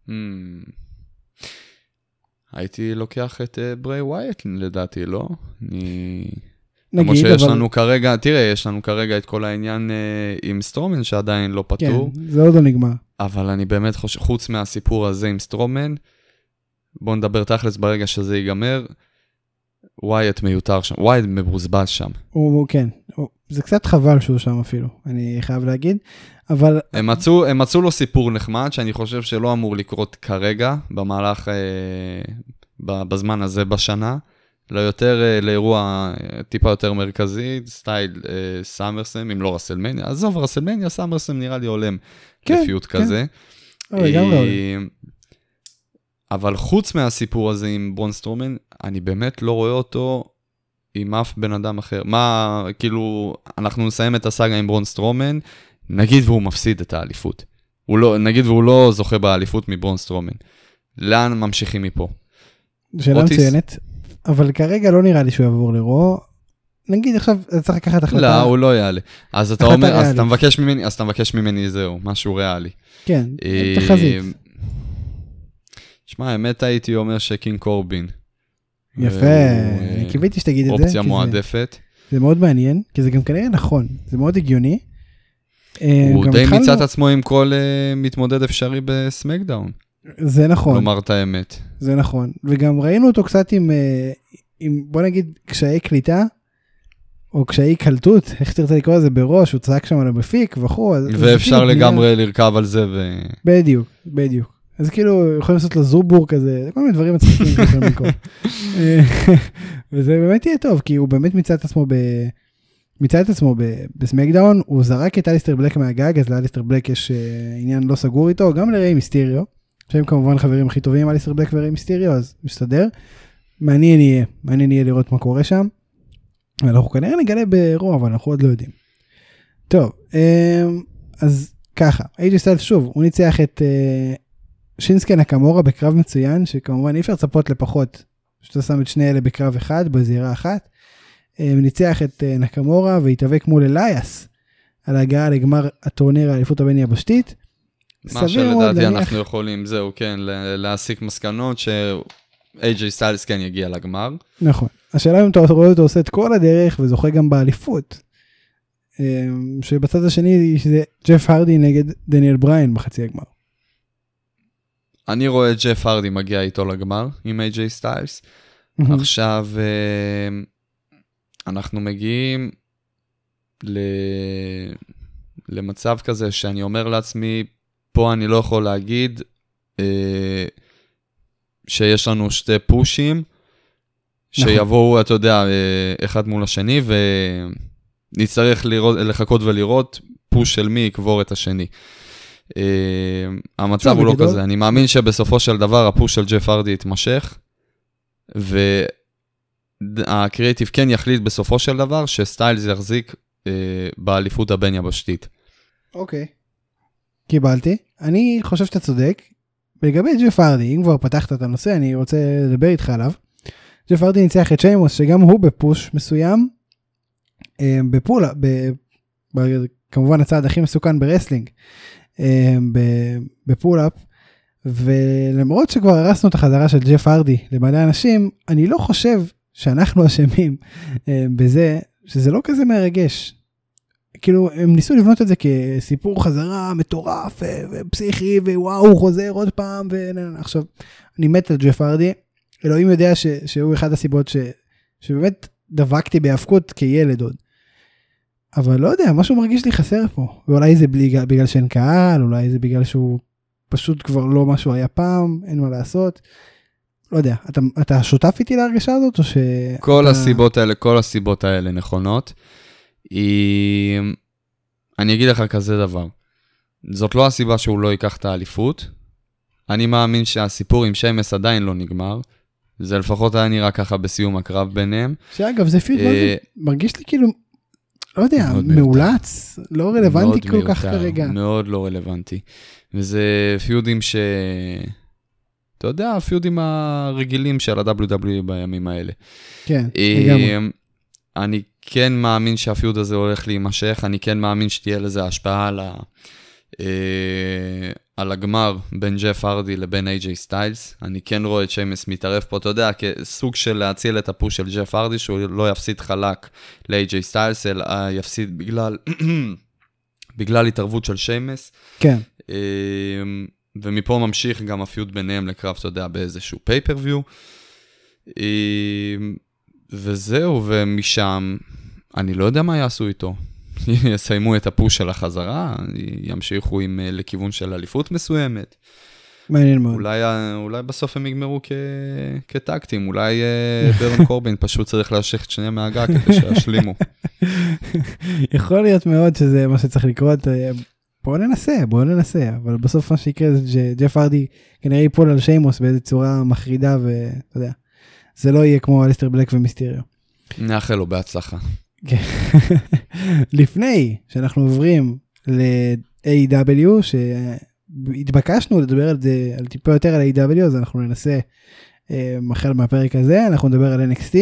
הייתי לוקח את ברי ווייט, לדעתי, לא?
נגיד,
כמו שיש לנו כרגע, תראה, יש לנו כרגע את כל העניין עם סטרומן, שעדיין לא פתור.
כן, זה עוד לא נגמר.
אבל אני באמת חושב, חוץ מהסיפור הזה עם סטרומן, בואו נדבר תכלס ברגע שזה ייגמר, ווייט מיותר שם, ווייט מבוזבז שם.
כן, זה קצת חבל שהוא שם אפילו, אני חייב להגיד, אבל...
הם מצאו לו סיפור נחמד, שאני חושב שלא אמור לקרות כרגע, במהלך, בזמן הזה בשנה, לא יותר לאירוע טיפה יותר מרכזי, סטייל סאמרסם, אם לא רסלמניה, עזוב רסלמניה, סאמרסם נראה לי עולם כפיות כזה. אבל חוץ מהסיפור הזה עם ברון סטרומן, אני באמת לא רואה אותו עם אף בן אדם אחר. מה, כאילו, אנחנו נסיים את הסאגה עם ברון סטרומן, נגיד והוא מפסיד את האליפות. נגיד והוא לא זוכה באליפות מברון סטרומן. לאן ממשיכים מפה?
שאלה מצוינת, אבל כרגע לא נראה לי שהוא יעבור לרו. נגיד עכשיו, צריך לקחת החלטה.
לא, הוא לא יעלה. אז אתה אומר, אז אתה מבקש ממני זהו, משהו ריאלי.
כן, תחזית.
שמע, האמת הייתי אומר שקינג קורבין.
יפה, קיוויתי שתגיד את זה.
אופציה מועדפת.
זה מאוד מעניין, כי זה גם כנראה נכון, זה מאוד הגיוני.
הוא די מיצה את עצמו עם כל מתמודד אפשרי בסמקדאון.
זה נכון.
לומר את האמת.
זה נכון, וגם ראינו אותו קצת עם בוא נגיד, קשיי קליטה, או קשיי קלטות, איך תרצה לקרוא לזה בראש, הוא צעק שם על המפיק וכו'.
ואפשר לגמרי לרכב על זה
בדיוק, בדיוק. אז כאילו, יכולים לעשות לו זובור כזה, כל מיני דברים מצחיקים כזה מכל. וזה באמת יהיה טוב, כי הוא באמת מיצה את עצמו בסמקדאון, הוא זרק את אליסטר בלק מהגג, אז לאליסטר בלק יש עניין לא סגור איתו, גם לריי מיסטריו, שהם כמובן חברים הכי טובים, אליסטר בלק וריי מיסטריו, אז מסתדר. מעניין יהיה לראות מה קורה שם. אנחנו כנראה נגלה ברוע, אבל אנחנו עוד לא יודעים. טוב, אז ככה, AJ סטיילס שוב, הוא ניצח את שינסקי נקמורה בקרב מצוין, שכמובן אי אפשר לצפות לפחות, שאתה שם את שני אלה בקרב אחד, בזירה אחת. ניצח את נקמורה והתאבק מול אלייס, על ההגעה לגמר הטורניר האליפות הבין-יבשתית.
מה שלדעתי אנחנו יכולים, זהו, כן, להסיק מסקנות ש-AJ סטיילס כן יגיע לגמר.
נכון. השאלה אם אתה רואה אותו עושה את כל הדרך וזוכה גם באליפות. שבצד השני זה ג'ף הרדי נגד דניאל בריין בחצי הגמר.
אני רואה את ג'ף הרדי מגיע איתו לגמר עם AJ סטיילס. עכשיו אנחנו מגיעים למצב כזה שאני אומר לעצמי, פה אני לא יכול להגיד שיש לנו שתי פושים, שיבואו, אתה יודע, אחד מול השני, ונצטרך לחכות ולראות פוש של מי יקבור את השני. המצב הוא לא כזה. אני מאמין שבסופו של דבר הפוש של ג'ף הרדי יתמשך, והקריאטיב כן יחליט בסופו של דבר שסטיילס יחזיק באליפות הבין-יבשתית.
אוקיי. קיבלתי. אני חושב שאתה צודק. ולגבי ג'ף הרדי, אם כבר פתחת את הנושא, אני רוצה לדבר איתך עליו. ג'ף הרדי ניצח את שיימוס, שגם הוא בפוש מסוים, בפולה, כמובן הצעד הכי מסוכן ברסלינג, בפול-אפ, ולמרות שכבר הרסנו את החזרה של ג'ף הרדי למעלה אנשים, אני לא חושב שאנחנו אשמים בזה, שזה לא כזה מרגש. כאילו, הם ניסו לבנות את זה כסיפור חזרה מטורף ופסיכי, ווואו, הוא חוזר עוד פעם, עכשיו, אני מת על ג'ף הרדי, אלוהים יודע שהוא אחד הסיבות שבאמת דבקתי בהאבקות כילד עוד. אבל לא יודע, משהו מרגיש לי חסר פה, ואולי זה בגלל שאין קהל, אולי זה בגלל שהוא פשוט כבר לא משהו היה פעם, אין מה לעשות. לא יודע, אתה שותף איתי להרגשה הזאת, או ש...
כל הסיבות האלה נכונות. אני אגיד לך כזה דבר. זאת לא הסיבה שהוא לא ייקח את האליפות. אני מאמין שהסיפור עם שיימס עדיין לא נגמר. זה לפחות היה נראה ככה בסיום הקרב ביניהם.
שאגב, זה פיוט מרגיש לי כאילו, לא יודע, מאולץ, לא רלוונטי כל כך כרגע.
מאוד לא רלוונטי. וזה פיודים אתה יודע, הפיודים הרגילים של ה-WWE בימים האלה. כן, לגמרי. אני כן מאמין שהפיוד הזה הולך להימשך, אני כן מאמין שתהיה לזה השפעה על הגמר בין ג'ף הרדי לבין איי-ג'יי סטיילס. אני כן רואה את שיימס מתערב פה, אתה יודע, כסוג של להציל את הפוש של ג'ף הרדי, שהוא לא יפסיד חלק לאיי-ג'יי סטיילס, אלא יפסיד בגלל התערבות של שיימס.
כן.
ומפה ממשיך גם הפיוד ביניהם לקרב, אתה יודע, באיזשהו פייפריוויו. וזהו, ומשם, אני לא יודע מה יעשו איתו. יסיימו את הפוש של החזרה, ימשיכו לכיוון של אליפות מסוימת.
מעניין מאוד.
אולי בסוף הם יגמרו כטקטים, אולי ברון קורבין פשוט צריך להשך את שניהם מהגה כדי שישלימו.
יכול להיות מאוד שזה מה שצריך לקרות, בואו ננסה, אבל בסוף מה שיקרה זה שג'ף הרדי כנראה ייפול על שיימוס באיזו צורה מחרידה, ואתה יודע, זה לא יהיה כמו אליסטר בלק ומיסטריו. נאחל
לו בהצלחה.
לפני שאנחנו עוברים ל-AW, שהתבקשנו לדבר על טיפה יותר על AW, אז אנחנו ננסה, החל מהפרק הזה, אנחנו נדבר על NXT,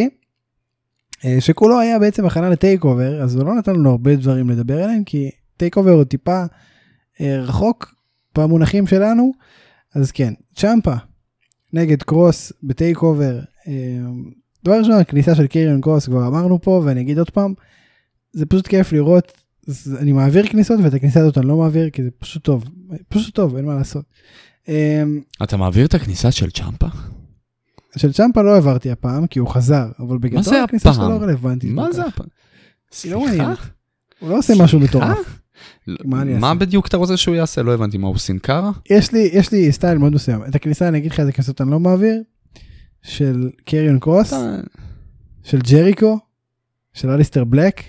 שכולו היה בעצם הכנה לטייק אובר, אז הוא לא נתן לנו הרבה דברים לדבר עליהם, כי טייק אובר הוא טיפה רחוק במונחים שלנו, אז כן, צ'אמפה נגד קרוס בטייק אובר, דבר ראשון, הכניסה של קריון קרוס כבר אמרנו פה, ואני אגיד עוד פעם, זה פשוט כיף לראות, אני מעביר כניסות, ואת הכניסה הזאת אני לא מעביר, כי זה פשוט טוב, אין מה לעשות.
אתה מעביר את הכניסה של צ'אמפה?
של צ'אמפה לא העברתי הפעם, כי הוא חזר, אבל בגדול הכניסה שלו לא רלוונטית.
מה זה הפעם?
סליחה? הוא לא עושה משהו מטורף.
מה בדיוק אתה רוצה שהוא יעשה? לא הבנתי, מה הוא סינקרה?
יש לי סטייל מאוד מסוים. את הכניסה, אני אגיד לך, את הכניסות אני לא מעביר, של קריון קרוס, של ג'ריקו, של אליסטר בלק,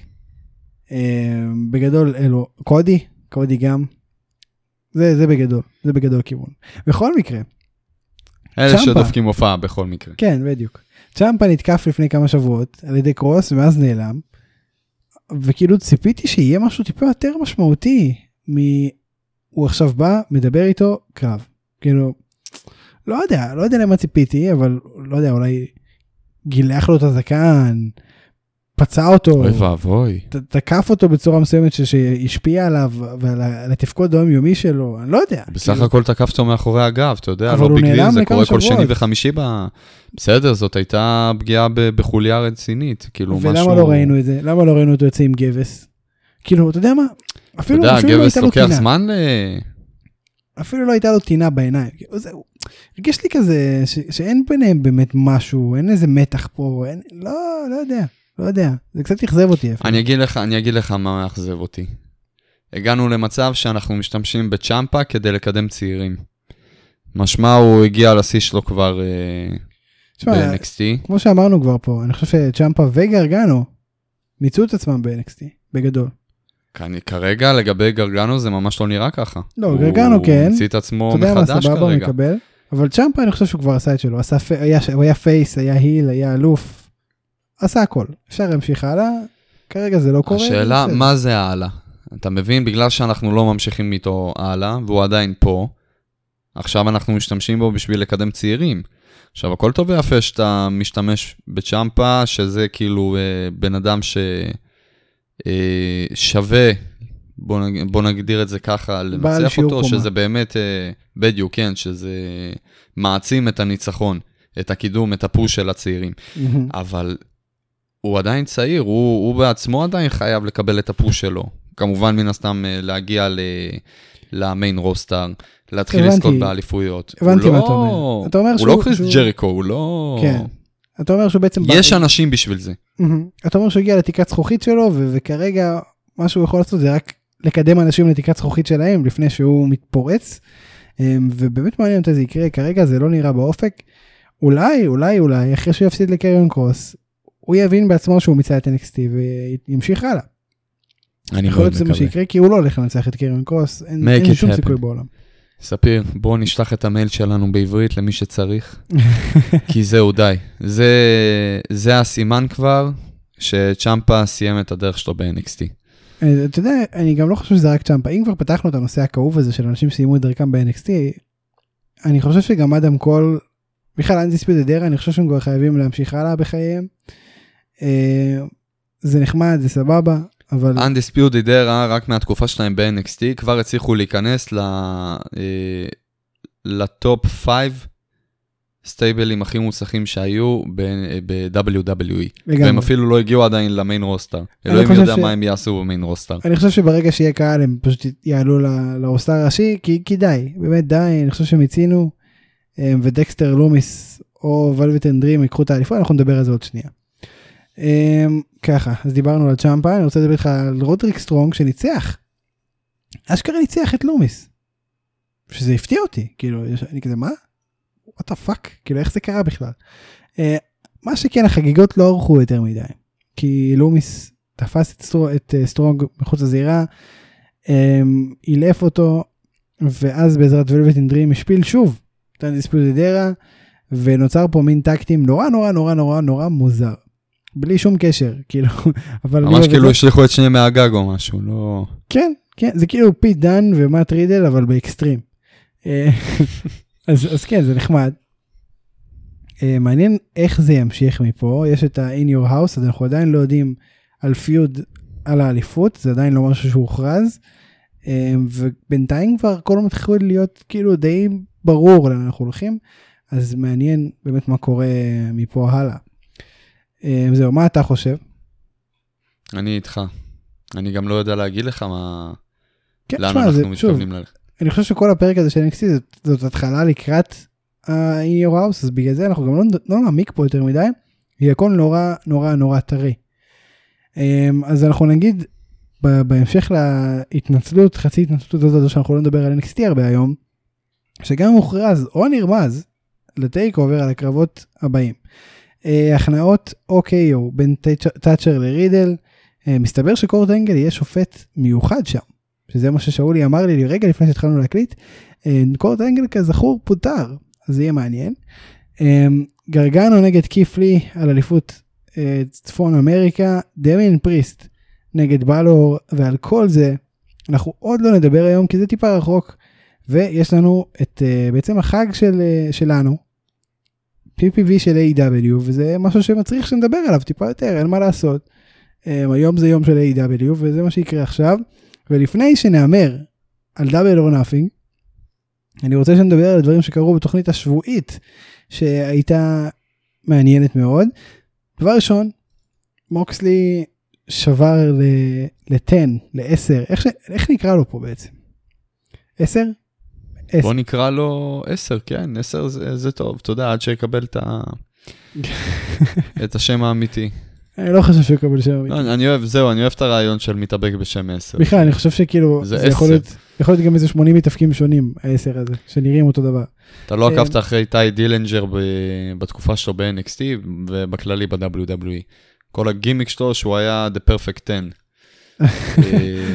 בגדול אלו, קודי גם, זה בגדול כיוון. בכל מקרה,
אלה שדופקים הופעה בכל מקרה.
כן, בדיוק. צ'אמפה נתקף לפני כמה שבועות על ידי קרוס, ואז נעלם, וכאילו ציפיתי שיהיה משהו טיפה יותר משמעותי, הוא עכשיו בא, מדבר איתו, קרב. כאילו, לא יודע למה ציפיתי, אבל לא יודע, אולי גילח לו את הזקן, פצע אותו,
אוי ואבוי.
תקף אותו בצורה מסוימת שהשפיע עליו, ועל התפקוד היומיומי שלו, אני לא יודע.
בסך הכל תקף אותו מאחורי הגב, אתה יודע, לא בגלל, זה קורה כל שני וחמישי בסדר, זאת הייתה פגיעה בחוליה רצינית, כאילו משהו...
ולמה לא ראינו את זה? למה לא ראינו אותו יוצא עם גבס? כאילו, אתה יודע מה?
אפילו לא הייתה לו טינה. זמן
אפילו לא הייתה לו טינה בעיניים. הרגיש לי כזה, שאין ביניהם באמת משהו, אין איזה מתח פה, לא יודע, זה קצת יחזב אותי.
אני אגיד לך מה יחזב אותי. הגענו למצב שאנחנו משתמשים בצ'אמפה כדי לקדם צעירים. משמע הוא הגיע לשיא שלו כבר ב-NXT.
כמו שאמרנו כבר פה, אני חושב שצ'אמפה וגרגנו מיצו את עצמם ב-NXT, בגדול.
כרגע לגבי גרגנו זה ממש לא נראה ככה.
לא, גרגנו כן.
הוא המציא את עצמו מחדש כרגע.
אבל צ'אמפה אני חושב שהוא כבר עשה את שלו. הוא היה פייס, היה היל, היה אלוף. עשה הכל. אפשר להמשיך הלאה. כרגע זה לא קורה.
השאלה, מה זה הלאה? אתה מבין? בגלל שאנחנו לא ממשיכים איתו הלאה, והוא עדיין פה, עכשיו אנחנו משתמשים בו בשביל לקדם צעירים. עכשיו, הכל טוב ויפה שאתה משתמש בצ'אמפה, שזה כאילו בן אדם ששווה, בוא נגדיר את זה ככה, לנצח אותו, שזה באמת, בדיוק, כן, שזה מעצים את הניצחון. את הקידום, את הפוש של הצעירים. אבל הוא עדיין צעיר, הוא בעצמו עדיין חייב לקבל את הפוש שלו. כמובן מן הסתם להגיע למיין רוסטר, להתחיל לזכות באליפויות.
הבנתי מה אתה אומר.
הוא לא קריס ג'ריקו, הוא לא...
כן. אתה אומר שהוא בעצם...
יש אנשים בשביל זה.
אתה אומר שהוא הגיע לתיקת זכוכית שלו, וכרגע מה שהוא יכול לעשות זה רק לקדם אנשים לתיקת זכוכית שלהם, לפני שהוא מתפורץ, ובאמת מעניין אותה זה יקרה, כרגע זה לא נראה באופק, אולי, אחרי שהוא יפסיד לקריון קרוס, הוא יבין בעצמו שהוא מיצה את NXT, וימשיך הלאה.
אני
יכול להיות זה מה שיקרה, כי הוא לא הולך לנצח את קריון קרוס, אין שום סיכוי בעולם.
ספיר, בוא נשלח את המייל שלנו בעברית למי שצריך, כי זהו די. זה הסימן כבר, שצ'מפה סיים את הדרך שלו ב-NXT.
אתה יודע, אני גם לא חושב שזה רק צ'מפה, אם כבר פתחנו את הנושא הכאוב הזה של אנשים סיימו את דרכם ב-NXT, אני חושב שגם אדם קול, בכלל Undisputed Era, אני חושב שהם כבר חייבים להמשיך הלאה בחייהם. זה נחמד, זה סבבה, אבל...
Undisputed Era, רק מהתקופה שלהם ב-NXT, כבר הצליחו להיכנס לטופ 5 סטייבלים הכי מוצלחים שהיו ב-WWE. והם אפילו לא הגיעו עדיין למיין רוסטר. אלוהים יודע מה הם יעשו במיין רוסטר.
אני חושב שברגע שיהיה קהל, הם פשוט יעלו לרוסטר הראשי, כי די, באמת די, אני חושב שמיצינו, ודקסטר לומיס או ולווט אנד דרים יקחו את האליפות, אנחנו נדבר על זה עוד שנייה. ככה, אז דיברנו על צ'מפה, אני רוצה לדבר איתך על רודריק סטרונג שניצח. אשכרה ניצח את לומיס. שזה הפתיע אותי, כאילו, אני כזה, מה? what the fuck? כאילו, איך זה קרה בכלל? מה שכן, החגיגות לא ערכו יותר מדי. כי לומיס תפס את סטרונג מחוץ לזירה, אילף אותו, ואז בעזרת ולווט אנד דרים השפיל שוב את Undisputed Era, ונוצר פה מין טקטים נורא מוזר. בלי שום קשר, כאילו.
ממש כאילו השליחו את שני מהגג או משהו, לא...
כן, זה כאילו פיט דן ומאט רידל, אבל באקסטרים. אז כן, זה נחמד. מעניין איך זה ימשיך מפה, יש את ה-In Your House, אז אנחנו עדיין לא יודעים על פיוד על האליפות, זה עדיין לא משהו שהוא הוכרז, ובינתיים כבר כל מתחיל להיות כאילו די ברור לאן אנחנו הולכים, אז מעניין באמת מה קורה מפה הלאה. זהו, מה אתה חושב?
אני איתך. אני גם לא יודע להגיד לך מה...
לאן אנחנו מתכוונים ללכת. אני חושב שכל הפרק הזה של NXT זאת התחלה לקראת In Your House, אז בגלל זה אנחנו גם לא נעמיק פה יותר מדי, כי הכל נורא טרי. אז אנחנו נגיד, בהמשך להתנצלות, חצי התנצלות הזאת שאנחנו לא נדבר על NXT הרבה היום, שגם מוכרז או נרמז לטייק אובר על הקרבות הבאים. הכנעות OKO בין טאצ'ר לרידל, מסתבר שקורט אנגל יהיה שופט מיוחד שם, שזה מה ששאולי אמר לי רגע לפני שהתחלנו להקליט, קורט אנגל כזכור פוטר, אז זה יהיה מעניין. גרגנו נגד קיף לי על אליפות צפון אמריקה, דמיין פריסט נגד בלור, ועל כל זה אנחנו עוד לא נדבר היום, כי זה טיפה רחוק, ויש לנו את בעצם החג שלנו, PPV של AEW, וזה משהו שמצריך שנדבר עליו טיפה יותר, אין מה לעשות. היום זה יום של AEW, וזה מה שיקרה עכשיו. ולפני שנאמר על Double or Nothing, אני רוצה שנדבר על הדברים שקרו בתוכנית השבועית, שהייתה מעניינת מאוד. דבר ראשון, מוקסלי שבר ל-10, ל-10, איך נקרא לו פה בעצם? 10?
בוא נקרא לו 10, כן, 10 זה טוב, אתה יודע, עד שיקבל את השם האמיתי.
אני לא חושב שהוא יקבל שם אמיתי.
אני אוהב את הרעיון של מתאבק בשם 10.
בכלל, אני חושב שכאילו, זה יכול להיות גם איזה 80 מתאבקים שונים, ה-10 הזה, שנראים אותו דבר.
אתה לא עקבת אחרי טי דילנג'ר בתקופה שלו ב-NXT, ובכללי ב-WWE. כל הגימיק שלו שהוא היה The Perfect 10.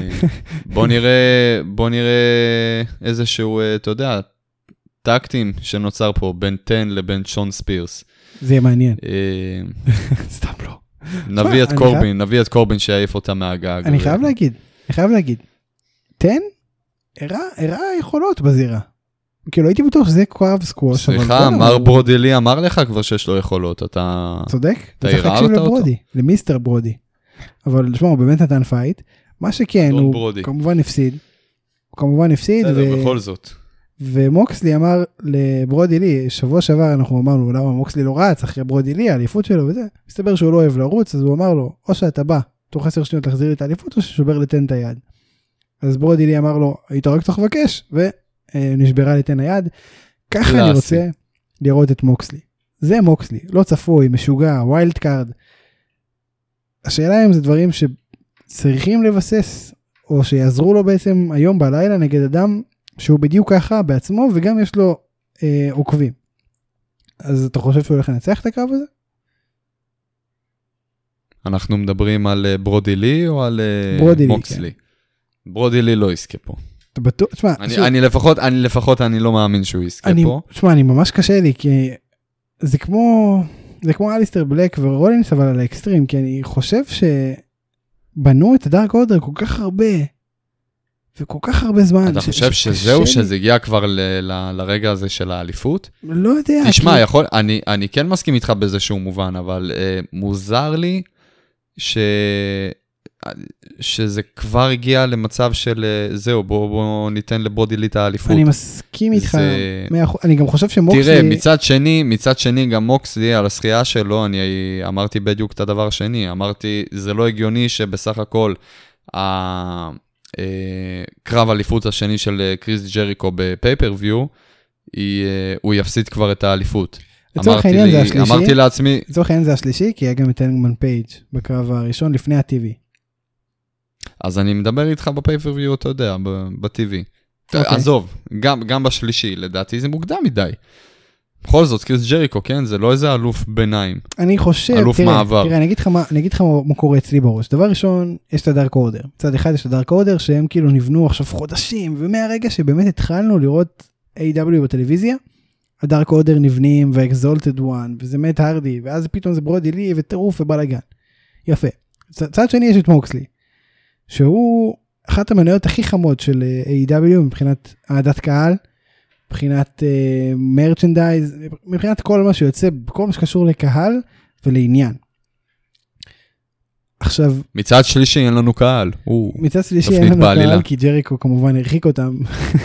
בוא נראה איזשהו, אתה יודע, טקטים שנוצר פה בין 10 לבין שון ספירס.
זה יהיה מעניין. סתם לא.
נביא את קורבין שיעיף אותה מהגג.
אני חייב להגיד, 10 הראה יכולות בזירה. כאילו הייתי בטוח שזה קרב סקווש.
סליחה, מר ברודי לי אמר לך כבר שיש לו יכולות, אתה...
צודק? אתה צריך להקשיב לברודי, למיסטר ברודי. אבל לשמוע, הוא באמת נתן פייט. מה שכן, הוא כמובן הפסיד.
בסדר, בכל זאת.
ומוקסלי אמר לברודי לי, שבוע שעבר אנחנו אמרנו, למה מוקסלי לא רץ אחרי ברודי לי, האליפות שלו וזה, מסתבר שהוא לא אוהב לרוץ, אז הוא אמר לו, או שאתה בא, תוך 10 שניות תחזיר לי את האליפות, או ששובר לתן את היד. אז ברודי לי אמר לו, היית רק צריך לבקש, ונשברה לתן היד. ככה אני רוצה לראות את מוקסלי. זה מוקסלי, לא צפוי, משוגע, ווילד קארד. השאלה אם זה דברים שצריכים לבסס, או שיעזרו לו בעצם היום בלילה נגד אדם, שהוא בדיוק ככה בעצמו, וגם יש לו עוקבים. אז אתה חושב שהוא הולך לנצח את הקרב הזה?
אנחנו מדברים על ברודי לי או על מוקסלי? כן. ברודי לי לא יזכה פה.
אתה בטוח? תשמע,
אני לפחות אני לא מאמין שהוא יזכה פה.
תשמע, אני ממש קשה לי, כי זה כמו אליסטר בלק ורולינס, אבל על האקסטרים, כי אני חושב שבנו את הדארק אורדר כל כך הרבה, וכל כך הרבה זמן.
אתה חושב שזהו, שזה הגיע כבר לרגע הזה של האליפות?
לא יודע.
תשמע, אני כן מסכים איתך באיזשהו מובן, אבל מוזר לי שזה כבר הגיע למצב של זהו, בוא ניתן לברודי לי את האליפות.
אני מסכים איתך, אני גם חושב שמוקסלי...
תראה, מצד שני גם מוקסלי על השחייה שלו, אני אמרתי בדיוק את הדבר השני, אמרתי, זה לא הגיוני שבסך הכל קרב אליפות השני של קריס ג'ריקו בפייפריוויו, הוא יפסיד כבר את האליפות. אמרתי לעצמי...
לצורך העניין זה השלישי, כי היה גם את הנגמן פייג' בקרב הראשון לפני הטבעי.
אז אני מדבר איתך בפייפריוויו, אתה יודע, בטבעי. עזוב, גם בשלישי, לדעתי זה מוקדם מדי. בכל זאת, קריס ג'ריקו, כן? זה לא איזה אלוף ביניים.
אני חושב,
אלוף מעבר.
תראה, אני אגיד לך מה קורה אצלי בראש. דבר ראשון, יש את הדארק אורדר. מצד אחד יש את הדארק אורדר, שהם כאילו נבנו עכשיו חודשים, ומהרגע שבאמת התחלנו לראות A.W. בטלוויזיה, הדארק אורדר נבנים, והאקזולטד וואן, וזה מת הרדי, ואז פתאום זה ברודי לי, וטירוף ובלגן. יפה. צד שני יש את מוקסלי, שהוא אחת המניות הכי חמות של A.W. מבחינת העדת קהל, מבחינת מרצ'נדייז, מבחינת כל מה שיוצא, כל מה שקשור לקהל ולעניין. עכשיו...
מצד שלישי אין לנו קהל.
מצד שלישי אין לנו קהל, כי ג'ריקו כמובן הרחיק אותם.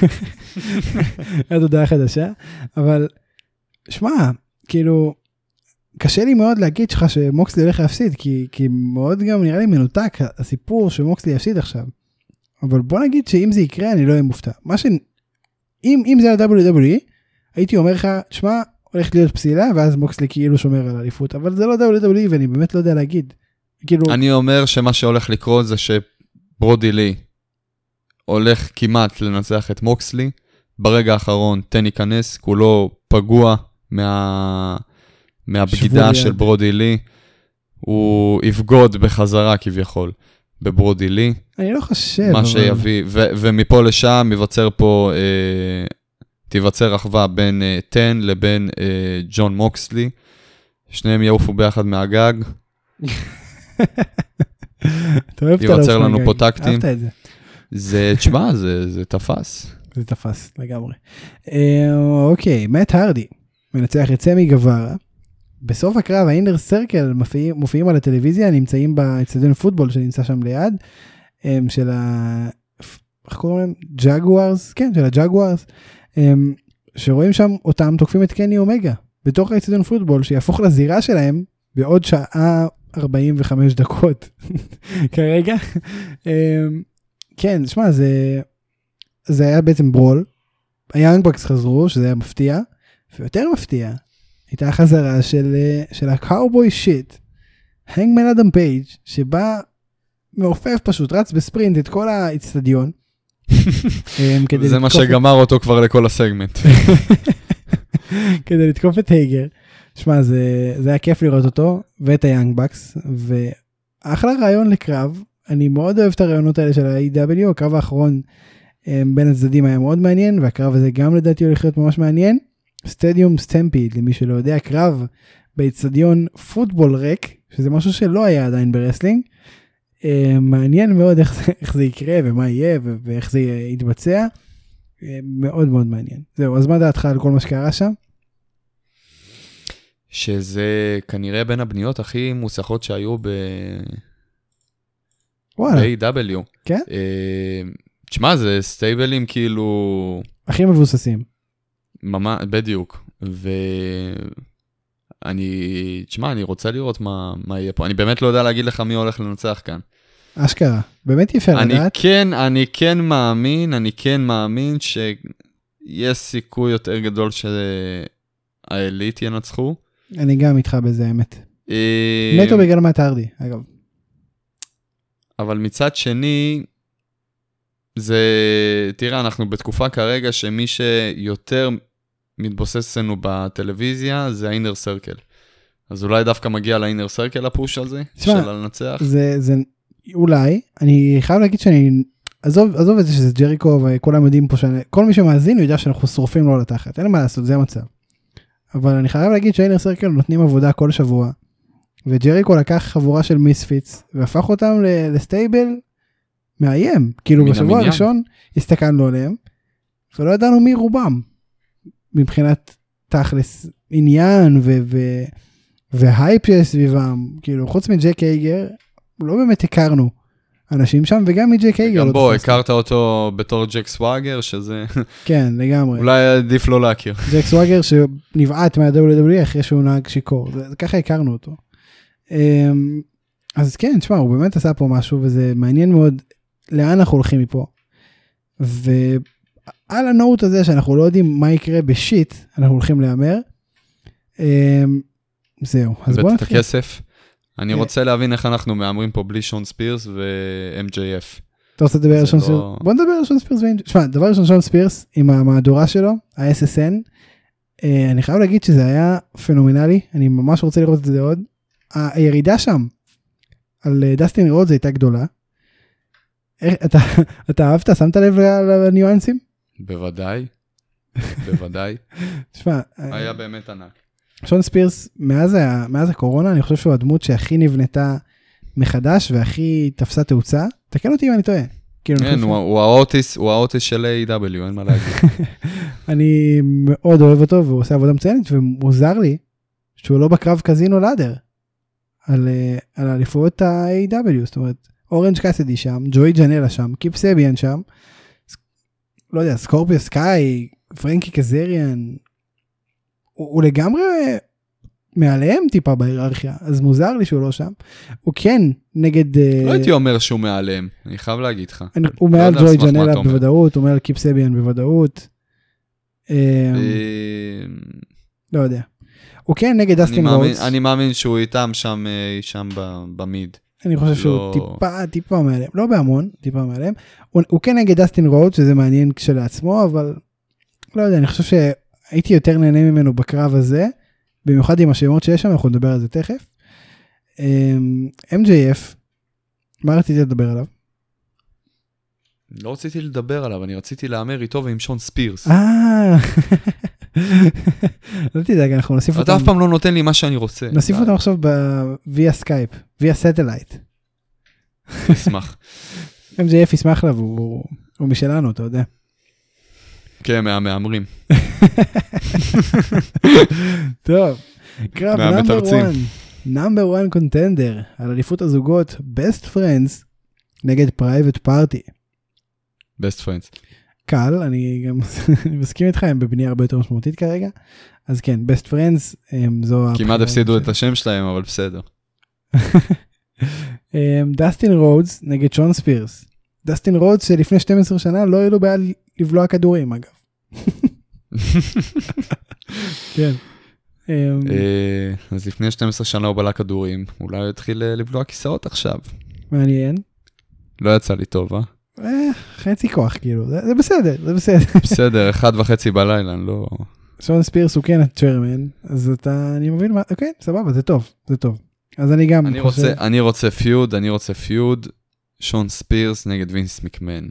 עד הודעה חדשה. אבל, שמע, כאילו, קשה לי מאוד להגיד לך שמוקסלי הולך להפסיד, כי מאוד גם נראה לי מנותק הסיפור שמוקסלי יפסיד עכשיו. אבל בוא נגיד שאם זה יקרה, אני לא אהיה מופתע. אם זה ה-WWE, הייתי אומר לך, שמע, הולכת להיות פסילה, ואז מוקסלי כאילו שומר על האליפות, אבל זה לא WWE, ואני באמת לא יודע להגיד. כאילו...
אני אומר שמה שהולך לקרות זה שברודי לי הולך כמעט לנצח את מוקסלי, ברגע האחרון תן ייכנס, כולו פגוע מהבגידה של ברודי לי, הוא יבגוד בחזרה כביכול בברודי לי.
אני לא חושב.
מה שיביא, ומפה לשם תיווצר אחווה בין טן לבין ג'ון מוקסלי, שניהם יעופו ביחד מהגג. ייווצר לנו פה טקטים. זה, תשמע, זה תפס.
זה תפס, לגמרי. אוקיי, מאט הרדי, מנצח את סמי גווארה. בסוף הקרב, האינר סרקל מופיעים על הטלוויזיה, נמצאים באצטדיון פוטבול שנמצא שם ליד, של איך קוראים להם? ג'גוארס? כן, של הג'גוארס. שרואים שם אותם תוקפים את קני אומגה, בתוך האצטדיון פוטבול, שיהפוך לזירה שלהם בעוד שעה 45 דקות כרגע. כן, שמע, זה היה בעצם ברול. היאנג בקס חזרו, שזה היה מפתיע, ויותר מפתיע, הייתה החזרה של הקאובוי שיט, הנגמן אדם פייג', שבא מעופף פשוט, רץ בספרינט את כל האצטדיון.
זה מה שגמר אותו כבר לכל הסגמנט.
כדי לתקוף את הייגר. שמע, זה היה כיף לראות אותו, ואת היאנג בקס, ואחלה רעיון לקרב. אני מאוד אוהב את הרעיונות האלה של ה-AW, הקרב האחרון בין הצדדים היה מאוד מעניין, והקרב הזה גם לדעתי הולך להיות ממש מעניין. סטדיום סטמפיד, למי שלא יודע, קרב באצטדיון פוטבול ריק, שזה משהו שלא היה עדיין ברסלינג. מעניין מאוד איך זה יקרה, ומה יהיה, ואיך זה יתבצע. מאוד מאוד מעניין. זהו, אז מה דעתך על כל מה שקרה שם?
שזה כנראה בין הבניות הכי מוצלחות שהיו ב-AW.
כן?
תשמע, זה סטייבלים כאילו...
הכי מבוססים.
ממש, בדיוק. תשמע, אני רוצה לראות מה יהיה פה. אני באמת לא יודע להגיד לך מי הולך לנצח כאן.
אשכרה, באמת יפה לדעת.
אני כן מאמין שיש סיכוי יותר גדול שהאליט ינצחו.
אני גם איתך בזה, האמת. נטו בגלל מאט הרדי, אגב.
אבל מצד שני, תראה, אנחנו בתקופה כרגע שמי שיותר מתבוסס לנו בטלוויזיה, זה האינר סרקל. אז אולי דווקא מגיע לאינר סרקל הפוש הזה, של לנצח.
זה אולי, אני חייב להגיד שאני, עזוב את זה שזה ג'ריקו, וכולם יודעים פה, כל מי שמאזין יודע שאנחנו שורפים לו לתחת, אין מה לעשות, זה המצב. אבל אני חייב להגיד שהאינר סרקל נותנים עבודה כל שבוע, וג'ריקו לקח חבורה של מיספיץ, והפך אותם לסטייבל מאיים. כאילו בשבוע הראשון הסתכלנו עליהם, ולא ידענו מי רובם, מבחינת תכלס עניין וההייפ שיש סביבם. כאילו חוץ מג'ק הייגר, לא באמת הכרנו אנשים שם, וגם מג'ק הייגר.
גם בו, הכרת אותו בתור ג'ק סוואגר, שזה...
כן, לגמרי.
אולי עדיף לא להכיר.
ג'ק סוואגר שנבעט מה-WWE אחרי שהוא נהג שיקור. ככה הכרנו אותו. אז כן, תשמע, הוא באמת עשה פה משהו, וזה מעניין מאוד לאן אנחנו הולכים מפה. ועל הנוט הזה שאנחנו לא יודעים מה יקרה בשיט, אנחנו הולכים להיאמר. זהו. אז בוא נתחיל.
את הכסף. אני רוצה להבין איך אנחנו מאמרים פה בלי שון ספירס ו-MJF.
אתה רוצה לדבר על שון ספירס? בוא נדבר על שון ספירס. תשמע, דבר ראשון שון ספירס עם המהדורה שלו, ה-SSN, אני חייב להגיד שזה היה פנומנלי, אני ממש רוצה לראות את זה עוד. הירידה שם על דסטין רודס הייתה גדולה. אתה אהבת? שמת לב לניואנסים?
בוודאי. תשמע, היה באמת ענק.
שון ספירס, מאז הקורונה, אני חושב שהוא הדמות שהכי נבנתה מחדש, והכי תפסה תאוצה. תקן אותי אם אני טועה.
כן, הוא האוטיס של A.W, אין מה להגיד.
אני מאוד אוהב אותו, והוא עושה עבודה מצוינת, ומוזר לי שהוא לא בקרב קזינו לאדר, על האליפויות ה-A.W, זאת אומרת, אורנג' קאסדי שם, ג'וי ג'נלה שם, קיפ סביאן שם, לא יודע, סקורפיו סקאי, פרנקי קזריאן, הוא לגמרי מעליהם טיפה בהיררכיה, אז מוזר לי שהוא לא שם. הוא כן נגד...
לא הייתי אומר שהוא מעליהם, אני חייב להגיד לך.
הוא מעל ג'וי ג'נלה בוודאות, הוא מעל קיפ סביאן בוודאות. לא יודע. הוא כן נגד דסטין רודס.
אני מאמין שהוא איתם שם במיד.
אני חושב שהוא טיפה מעליהם, לא בהמון, טיפה מעליהם. הוא כן נגד דסטין רודס, שזה מעניין כשלעצמו, אבל לא יודע, אני חושב שהייתי יותר נהנה ממנו בקרב הזה, במיוחד עם השמות שיש שם, אנחנו נדבר על זה תכף. MJF, מה רציתי לדבר עליו?
לא רציתי לדבר עליו, אני רציתי לאמר איתו ועם שון ספירס.
לא תדאג, אנחנו נוסיף אותם.
אתה אף פעם לא נותן לי מה שאני רוצה.
נוסיף אותם עכשיו via סקייפ, via סטלייט.
אשמח.
MJF ישמח לה, הוא משלנו, אתה יודע.
כן, מהמאמרים.
טוב, קרב נאמבר 1 קונטנדר, על אליפות הזוגות, Best Friends, נגד Private Party.
Best Friends.
קל, אני גם מסכים איתך, הם בבנייה הרבה יותר משמעותית כרגע, אז כן, Best Friends, זו...
כמעט הפסידו את השם שלהם, אבל בסדר.
דסטין רודס נגד שון ספירס. דסטין רודס שלפני 12 שנה לא היו לו בעיה לבלוע כדורים, אגב. כן.
אז לפני 12 שנה הוא בלע כדורים, אולי הוא התחיל לבלוע כיסאות עכשיו.
מעניין.
לא יצא לי טוב,
חצי כוח, כאילו, זה בסדר, זה בסדר.
בסדר, 1:30 בלילה, לא...
שון ספירס הוא כן הצ'רמן, אז אני מבין מה, אוקיי, סבבה, זה טוב, זה טוב. אז אני גם
חושב... אני רוצה פיוד, שון ספירס נגד וינס מקמן.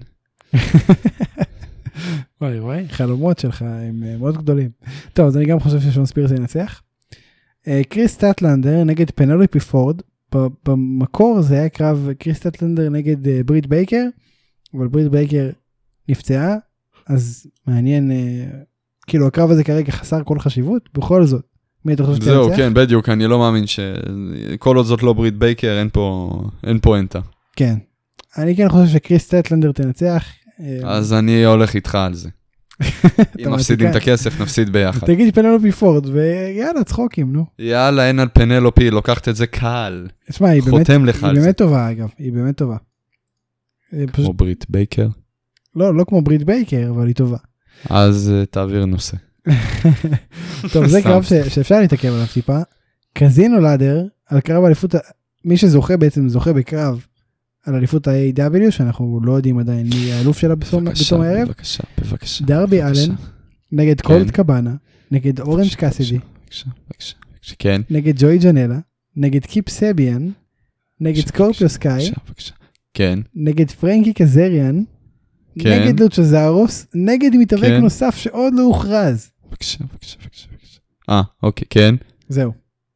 וואי, חלומות שלך הם מאוד גדולים. טוב, אז אני גם חושב ששון ספירס ינצח. קריס סטטלנדר נגד פנלופי פורד, במקור זה היה קרב קריס סטטלנדר נגד ברית בייקר, אבל ברית בייקר נפצעה, אז מעניין, כאילו הקרב הזה כרגע חסר כל חשיבות, בכל זאת. מי אתה חושב שתנצח?
זהו, כן, בדיוק, אני לא מאמין שכל עוד זאת לא ברית בייקר, אין פה אנטה.
כן, אני כן חושב שקריס סטטלנדר תנצח.
אז אני הולך איתך על זה. אם מפסידים את הכסף, נפסיד ביחד.
תגיד פנלופי פורד, ויאללה, צחוקים, נו.
יאללה, אין על פנלופי, לוקחת את זה קל.
תשמע, היא באמת טובה, אגב, היא באמת טובה.
כמו ברית בייקר?
לא כמו ברית בייקר, אבל היא טובה.
אז תעביר נושא.
טוב, זה קרב שאפשר להתעכב עליו טיפה. קזינו לאדר, על קרב אליפות, מי שזוכה בעצם זוכה בקרב על אליפות ה-AW, שאנחנו לא יודעים עדיין מי האלוף שלה בתום הערב.
בבקשה.
דרבי אלן, נגד קולט קבאנה, נגד אורנג' קאסידי,
כן.
נגד ג'וי ג'נלה, נגד קיפ סביאן, נגד סקורפיו סקאי,
כן.
נגד פרנקי קזריאן, נגד לוצ'זארוס, נגד מתאבק נוסף שעוד לא הוכרז.
בבקשה. אוקיי, כן.
זהו.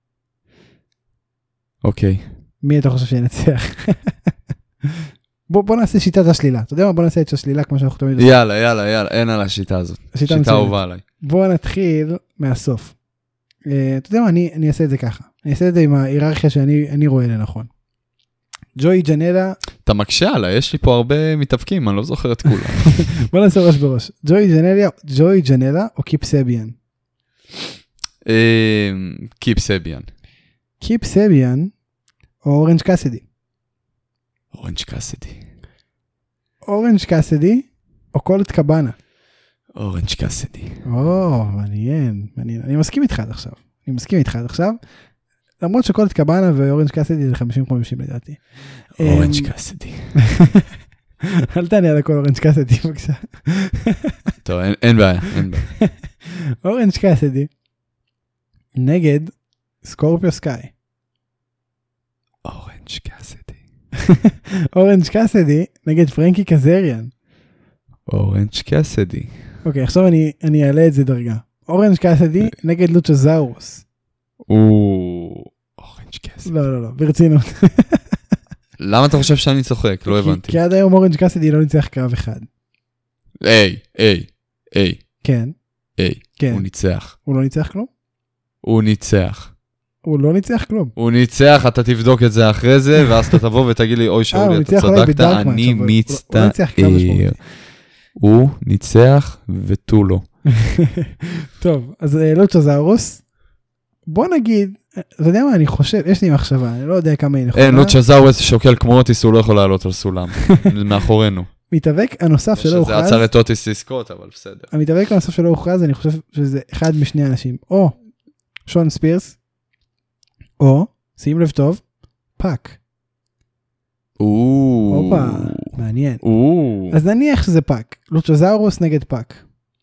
אוקיי.
מי אתה חושב שינצח? בוא נעשה שיטת השלילה. אתה יודע מה? בוא נעשה את השלילה כמו שאנחנו תמיד עושים.
יאללה, אין על השיטה הזאת. שיטה אהובה עליי.
בוא נתחיל מהסוף. אתה יודע מה? אני אעשה את זה ככה. אני אעשה את זה עם ההיררכיה שאני רואה לנכון. ג'וי ג'נלה...
אתה מקשה עליי, יש לי פה הרבה מתאבקים, אני לא זוכר את כולם.
בוא נעשה ראש בראש. ג'וי ג'נלה או קיפ סביאן?
קיפ סביאן.
קיפ סביאן או אורנג' קאסידי? אורנג' קאסידי או קולט קבאנה?
אורנג' קאסידי.
מעניין. אני מסכים איתך עד עכשיו. למרות שקולט קבאנה ואורנג' קאסידי זה 50-50 לדעתי.
אורנג' קאסידי.
אל תענה על הכל אורנג' קאסידי, בבקשה.
טוב, אין בעיה.
אורנג' קאסידי נגד סקורפיו סקאי. אורנג' קאסידי נגד פרנקי קזריאן.
אורנג' קאסידי.
אוקיי, עכשיו אני אעלה את זה דרגה. אורנג' קאסידי נגד לוצ'זאורוס.
אורנג' קאסידי.
לא, ברצינות.
למה אתה חושב שאני צוחק? לא הבנתי.
כי עד היום אורנג' קאסידי לא ניצח קרב אחד. כן.
הוא ניצח.
הוא לא ניצח כלום?
הוא ניצח.
הוא לא ניצח כלום.
הוא ניצח, אתה תבדוק את זה אחרי זה, ואז אתה תבוא ותגיד לי, אוי שאולי, אתה צדקת, אני מצטער. הוא ניצח ותו לא.
טוב, אז לוצ'זאורוס, בוא נגיד, אתה יודע מה אני חושב, יש לי מחשבה, אני לא יודע כמה היא נכונה.
לוצ'זאורוס שוקל כמו אוטיס, הוא לא יכול לעלות על סולם, מאחורינו.
מתאבק הנוסף שלא הוכרז.
שזה עצר את אוטיס לזכות, אבל בסדר.
המתאבק הנוסף שלא הוכרז, אני חושב שזה אחד משני אנשים, או שון ספירס, או, שים לב טוב, פאק. אופה, מעניין. אז נניח שזה פאק. לוצ'זאורוס נגד פאק.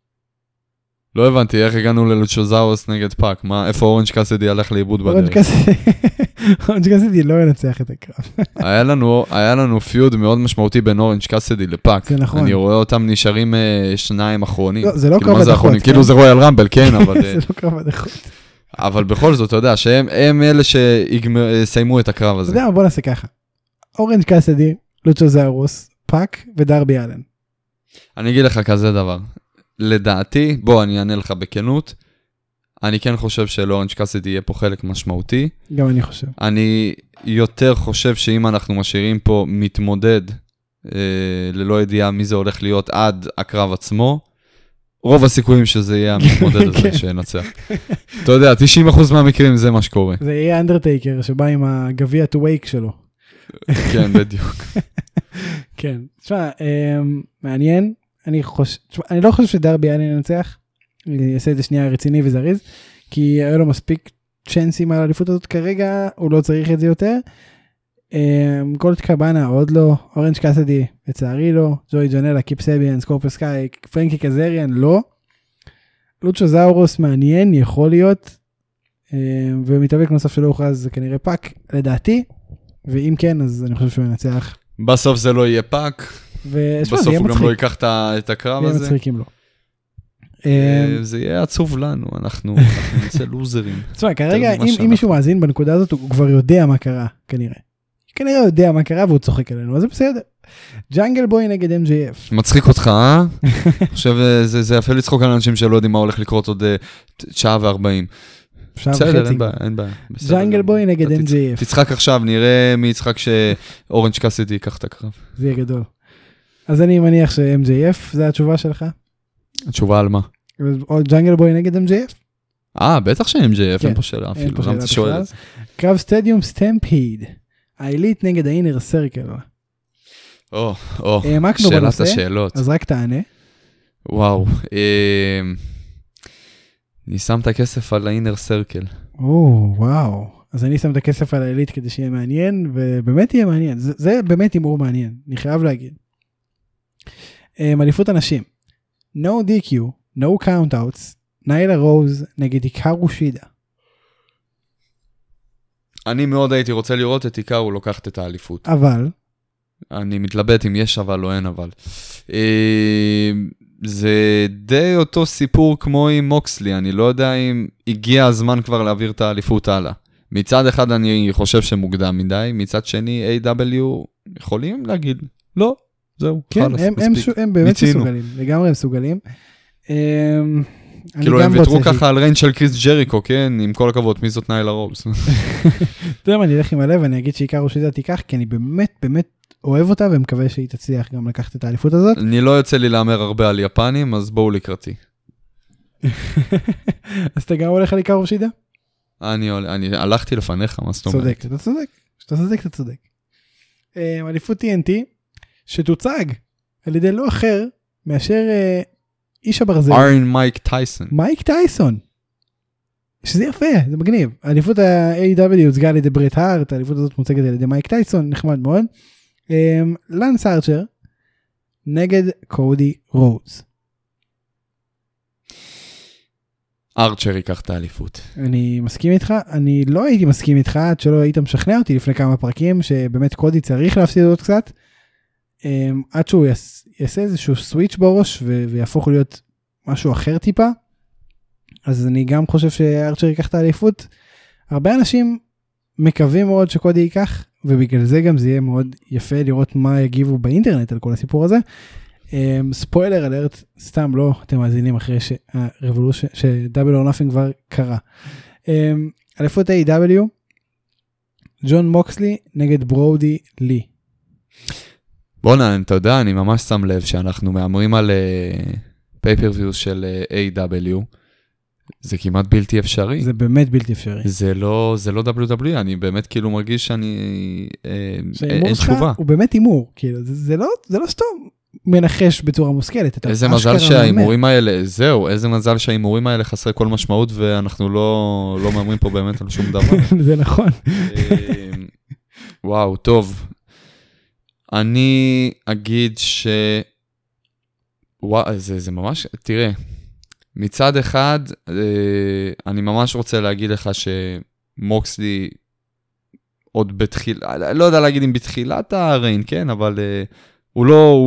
לא הבנתי, איך הגענו ללוצ'זאורוס נגד פאק? איפה אורנג' קאסידי הלך לאיבוד בדרך?
אורנג' קאסידי לא ינצח את הקרב.
היה לנו פיוד מאוד משמעותי בין אורנג' קאסידי לפאק.
זה נכון.
אני רואה אותם נשארים שניים אחרונים.
לא, זה לא קרב הדחות.
כאילו זה רויאל רמבל, כן, אבל...
זה לא קרב הדחות.
אבל בכל זאת, אתה יודע, שהם אלה שיסיימו את הקרב הזה.
אתה יודע מה, בוא נעשה ככה. אורנג' קאסידי, לוצ'זאורוס, פאק ודרבי אלן.
אני אגיד לך כזה דבר. לדעתי, בוא, אני אענה לך בכנות. אני כן חושב שלאורנג' קאסידי יהיה פה חלק משמעותי.
גם אני חושב.
אני יותר חושב שאם אנחנו משאירים פה מתמודד, ללא ידיעה מי זה הולך להיות עד הקרב עצמו, רוב הסיכויים שזה יהיה המתמודד הזה שנצח. אתה יודע, 90% מהמקרים זה מה שקורה. זה
יהיה אנדרטייקר שבא עם הגביע to wake שלו.
כן, בדיוק.
כן. תשמע, מעניין. אני לא חושב שדרבי אלן ינצח. אני אעשה את זה שנייה רציני וזריז, כי היה לו מספיק צ'אנסים על האליפות הזאת כרגע, הוא לא צריך את זה יותר. קולט קבאנה עוד לא, אורנג' קאסידי לצערי לא, ג'וי ג'נלה, קיפ סביאן, סקורפיו סקאי, פרנקי קזריאן לא. לוצ'זאורוס מעניין, יכול להיות, ומתאבק נוסף שלא הוכרז זה כנראה פאק לדעתי, ואם כן אז אני חושב שהוא ינצח.
בסוף זה לא יהיה פאק, בסוף הוא גם לא ייקח את הקרב הזה.
יהיה מצחיקים לו.
זה יהיה עצוב לנו, אנחנו נצא לוזרים.
תשמע, כרגע אם מישהו מאזין בנקודה הזאת הוא כבר יודע מה קרה כנראה. כנראה יודע מה קרה והוא צוחק עלינו, אז זה בסדר. ג'אנגל בוי נגד MJF.
מצחיק אותך, אה? עכשיו זה יפה לצחוק על אנשים שלא יודעים מה הולך לקרות עוד שעה ו40. בסדר, אין בעיה.
ג'אנגל בוי נגד MJF.
תצחק עכשיו, נראה מי יצחק שאורנג' קאסידי ייקח את הקרב.
זה יהיה גדול. אז אני מניח ש-MJF זה התשובה שלך?
התשובה על מה?
או ג'אנגל בוי נגד MJF?
בטח ש-MJF, אין פה שאלה
אין
אפילו,
פה
למה אתה שואל את זה?
קרב סטדיום סטמפיד, העילית נגד האינר סרקל. העמקנו
שאלת
בנושא,
השאלות.
אז רק תענה.
וואו, אני שם את הכסף על האינר סרקל.
וואו, אז אני שם את הכסף על העילית כדי שיהיה מעניין, ובאמת יהיה מעניין, זה באמת הימור מעניין, אני חייב להגיד. אליפות אנשים, no DQ, no countouts, ניילה רוז נגד היקרו שידה.
אני מאוד הייתי רוצה לראות את היקרו לוקחת את האליפות.
אבל?
אני מתלבט אם יש אבל או אין אבל. זה די אותו סיפור כמו עם מוקסלי, אני לא יודע אם הגיע הזמן כבר להעביר את האליפות הלאה. מצד אחד אני חושב שמוקדם מדי, מצד שני A.W. יכולים להגיד, לא, זהו,
כן, הם באמת מסוגלים, לגמרי הם מסוגלים.
כאילו הם ויתרו ככה על ריין של קריס ג'ריקו, כן? עם כל הכבוד, מי זאת ניילה רוז?
אתה יודע מה, אני אלך עם הלב, אני אגיד שהיקרו שידה תיקח, כי אני באמת באמת אוהב אותה, ומקווה שהיא תצליח גם לקחת את האליפות הזאת.
אני לא יוצא לי לאמר הרבה על יפנים, אז בואו לקראתי.
אז אתה גם הולך על היקרו שידה?
אני הלכתי לפניך, מה זאת אומרת?
צודק, אתה צודק. אתה צודק, אתה צודק. אליפות TNT, שתוצג על ידי לא אחר, מאשר איש הברזל.
ארן מייק טייסון.
מייק טייסון. שזה יפה, זה מגניב. האליפות ה-AW הוצגה על ידי ברט הארט, האליפות הזאת מוצגת על ידי מייק טייסון, נחמד מאוד. לנס ארצ'ר, נגד קודי רודס.
ארצ'ר ייקח את האליפות.
אני מסכים איתך, אני לא הייתי מסכים איתך, עד שלא היית משכנע אותי לפני כמה פרקים, שבאמת קודי צריך להפסיד עוד קצת, עד שהוא יעשה איזשהו סוויץ' בראש, ויהפוך להיות משהו אחר טיפה, אז אני גם חושב שארצ'ר ייקח את האליפות. הרבה אנשים מקווים מאוד שקודי ייקח, ובגלל זה גם זה יהיה מאוד יפה לראות מה יגיבו באינטרנט על כל הסיפור הזה. ספוילר אלרט, סתם לא, אתם מאזינים אחרי שהרבולושן, שדאבל אור נאפינג כבר קרה. אליפות A.W, ג'ון מוקסלי נגד ברודי לי.
בוא'נה, אתה יודע, אני ממש שם לב שאנחנו מאמרים על פייפרוויוז של A.W, זה כמעט בלתי אפשרי.
זה באמת בלתי אפשרי.
זה לא WWE, אני באמת כאילו מרגיש שאני אין תשובה.
הוא באמת אימור, כאילו, זה לא סתם מנחש בצורה מושכלת.
איזה מזל שהאימורים האלה, זהו, איזה מזל שהאימורים האלה חסרי כל משמעות, ואנחנו לא מאמרים פה באמת על שום דבר.
זה נכון.
וואו, טוב. אני אגיד וואו, זה ממש, תראה, מצד אחד, אני ממש רוצה להגיד לך שמוקסלי עוד לא יודע להגיד אם בתחילת הריין, כן, אבל הוא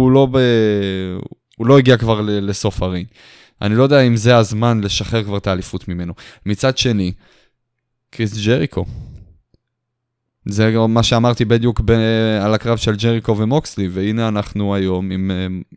לא הגיע כבר לסוף הריין. אני לא יודע אם זה הזמן לשחרר כבר את האליפות ממנו. מצד שני, קריס ג'ריקו. זה מה שאמרתי בדיוק על הקרב של ג'ריקו ומוקסלי, והנה אנחנו היום עם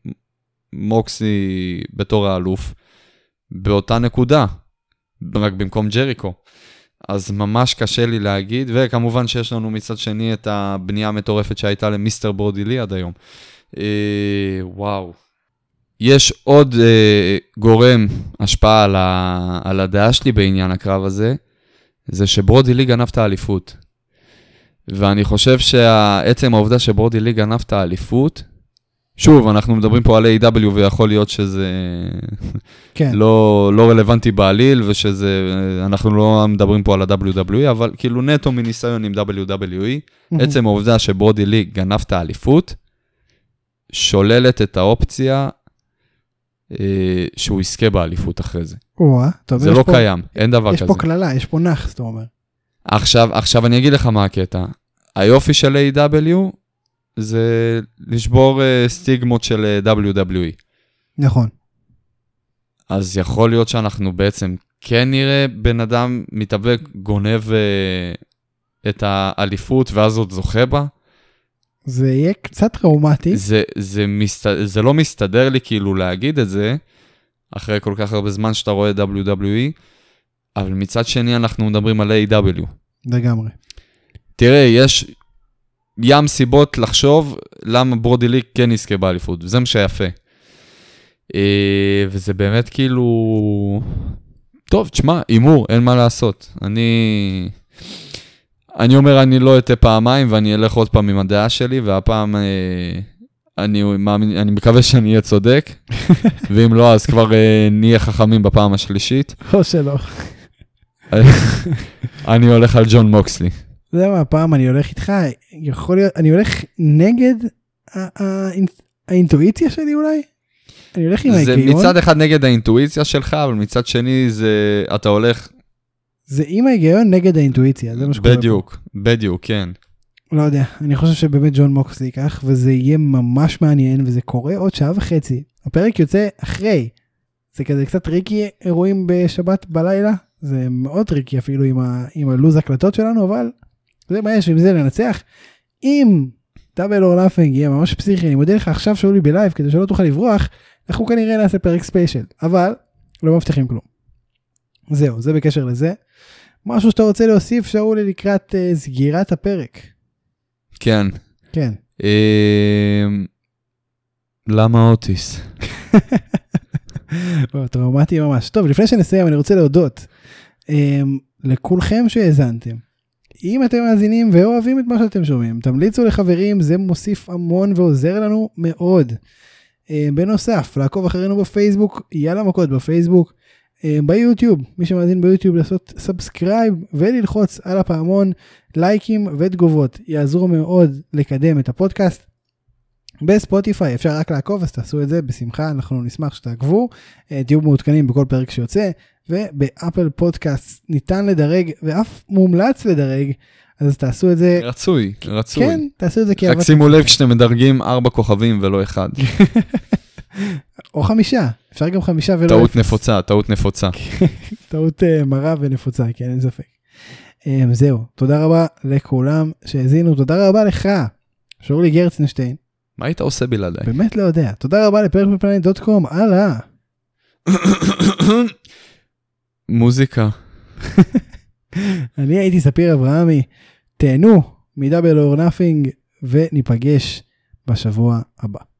מוקסלי בתור האלוף, באותה נקודה, רק במקום ג'ריקו. אז ממש קשה לי להגיד, וכמובן שיש לנו מצד שני את הבנייה המטורפת שהייתה למיסטר ברודי לי עד היום. וואו. יש עוד גורם השפעה על הדעה שלי בעניין הקרב הזה, זה שברודי לי גנב את האליפות. ואני חושב שהעצם העובדה שברודי לי גנב את האליפות, שוב, אנחנו מדברים פה על A.W. ויכול להיות שזה כן. לא רלוונטי בעליל, אנחנו לא מדברים פה על ה-WWE, אבל כאילו נטו מניסיון עם WWE, עצם העובדה שברודי לי גנב את האליפות, שוללת את האופציה שהוא יזכה באליפות אחרי זה. זה לא קיים, אין דבר כזה.
יש פה כללה, יש פה נחס, אתה אומר.
עכשיו אני אגיד לך מה הקטע. היופי של A.W. זה לשבור סטיגמות של WWE.
נכון.
אז יכול להיות שאנחנו בעצם כן נראה בן אדם מתאבק גונב את האליפות ואז עוד זוכה בה.
זה יהיה קצת טראומטי.
זה לא מסתדר לי כאילו להגיד את זה, אחרי כל כך הרבה זמן שאתה רואה WWE, אבל מצד שני אנחנו מדברים על A.W.
לגמרי.
תראה, יש ים סיבות לחשוב למה ברודי לי כן יזכה באליפות, וזה מה שיפה. וזה באמת כאילו... טוב, תשמע, אימור, אין מה לעשות. אני אומר, אני לא אתן פעמיים, ואני אלך עוד פעם עם הדעה שלי, והפעם אני מקווה שאני אהיה צודק, ואם לא, אז כבר נהיה חכמים בפעם השלישית.
או שלא.
אני הולך על ג'ון מוקסלי.
זה מה, הפעם אני הולך איתך, יכול להיות, אני הולך נגד האינטואיציה שלי אולי? אני הולך עם ההיגיון.
זה מצד אחד נגד האינטואיציה שלך, אבל מצד שני זה, אתה הולך...
זה עם ההיגיון נגד האינטואיציה, זה מה שקורה פה.
בדיוק, כן.
לא יודע, אני חושב שבאמת ג'ון מוקסלי ייקח, וזה יהיה ממש מעניין, וזה קורה עוד שעה וחצי. הפרק יוצא אחרי. זה כזה קצת טריקי אירועים בשבת בלילה, זה מאוד טריקי אפילו עם הלוז הקלטות שלנו, אבל זה מה יש עם זה לנצח. אם דאבל אור נאפינג יהיה ממש פסיכי, אני מודה לך עכשיו שאולי בלייב, כדי שלא תוכל לברוח, אנחנו כנראה נעשה פרק ספיישל, אבל לא מבטיחים כלום. זהו, זה בקשר לזה. משהו שאתה רוצה להוסיף, שאולי לקראת סגירת הפרק.
כן.
כן.
למה אוטיס?
טראומטי ממש. טוב, לפני שנסיים, אני רוצה להודות לכולכם שהאזנתם. אם אתם מאזינים ואוהבים את מה שאתם שומעים, תמליצו לחברים, זה מוסיף המון ועוזר לנו מאוד. בנוסף, לעקוב אחרינו בפייסבוק, יאללה מכות בפייסבוק, ביוטיוב, מי שמאזין ביוטיוב לעשות סאבסקרייב וללחוץ על הפעמון, לייקים ותגובות, יעזרו מאוד לקדם את הפודקאסט. בספוטיפיי אפשר רק לעקוב, אז תעשו את זה בשמחה, אנחנו נשמח שתעקבו, תהיו מעודכנים בכל פרק שיוצא, ובאפל פודקאסט ניתן לדרג ואף מומלץ לדרג, אז תעשו את זה.
רצוי.
כן, תעשו את זה.
רק שימו לב כשאתם מדרגים 4 כוכבים ולא 1.
או 5, אפשר גם 5 ולא
0. טעות נפוצה.
טעות מרה ונפוצה, כן, אין ספק. זהו, תודה רבה לכולם שהזינו, תודה רבה לך, שאולי גרצנשטיין.
מה היית עושה בלעדיי?
באמת לא יודע. תודה רבה לפרקפלנט.com, הלאה.
מוזיקה.
אני הייתי ספיר אברהמי, תהנו מדאבל אור נאפינג, וניפגש בשבוע הבא.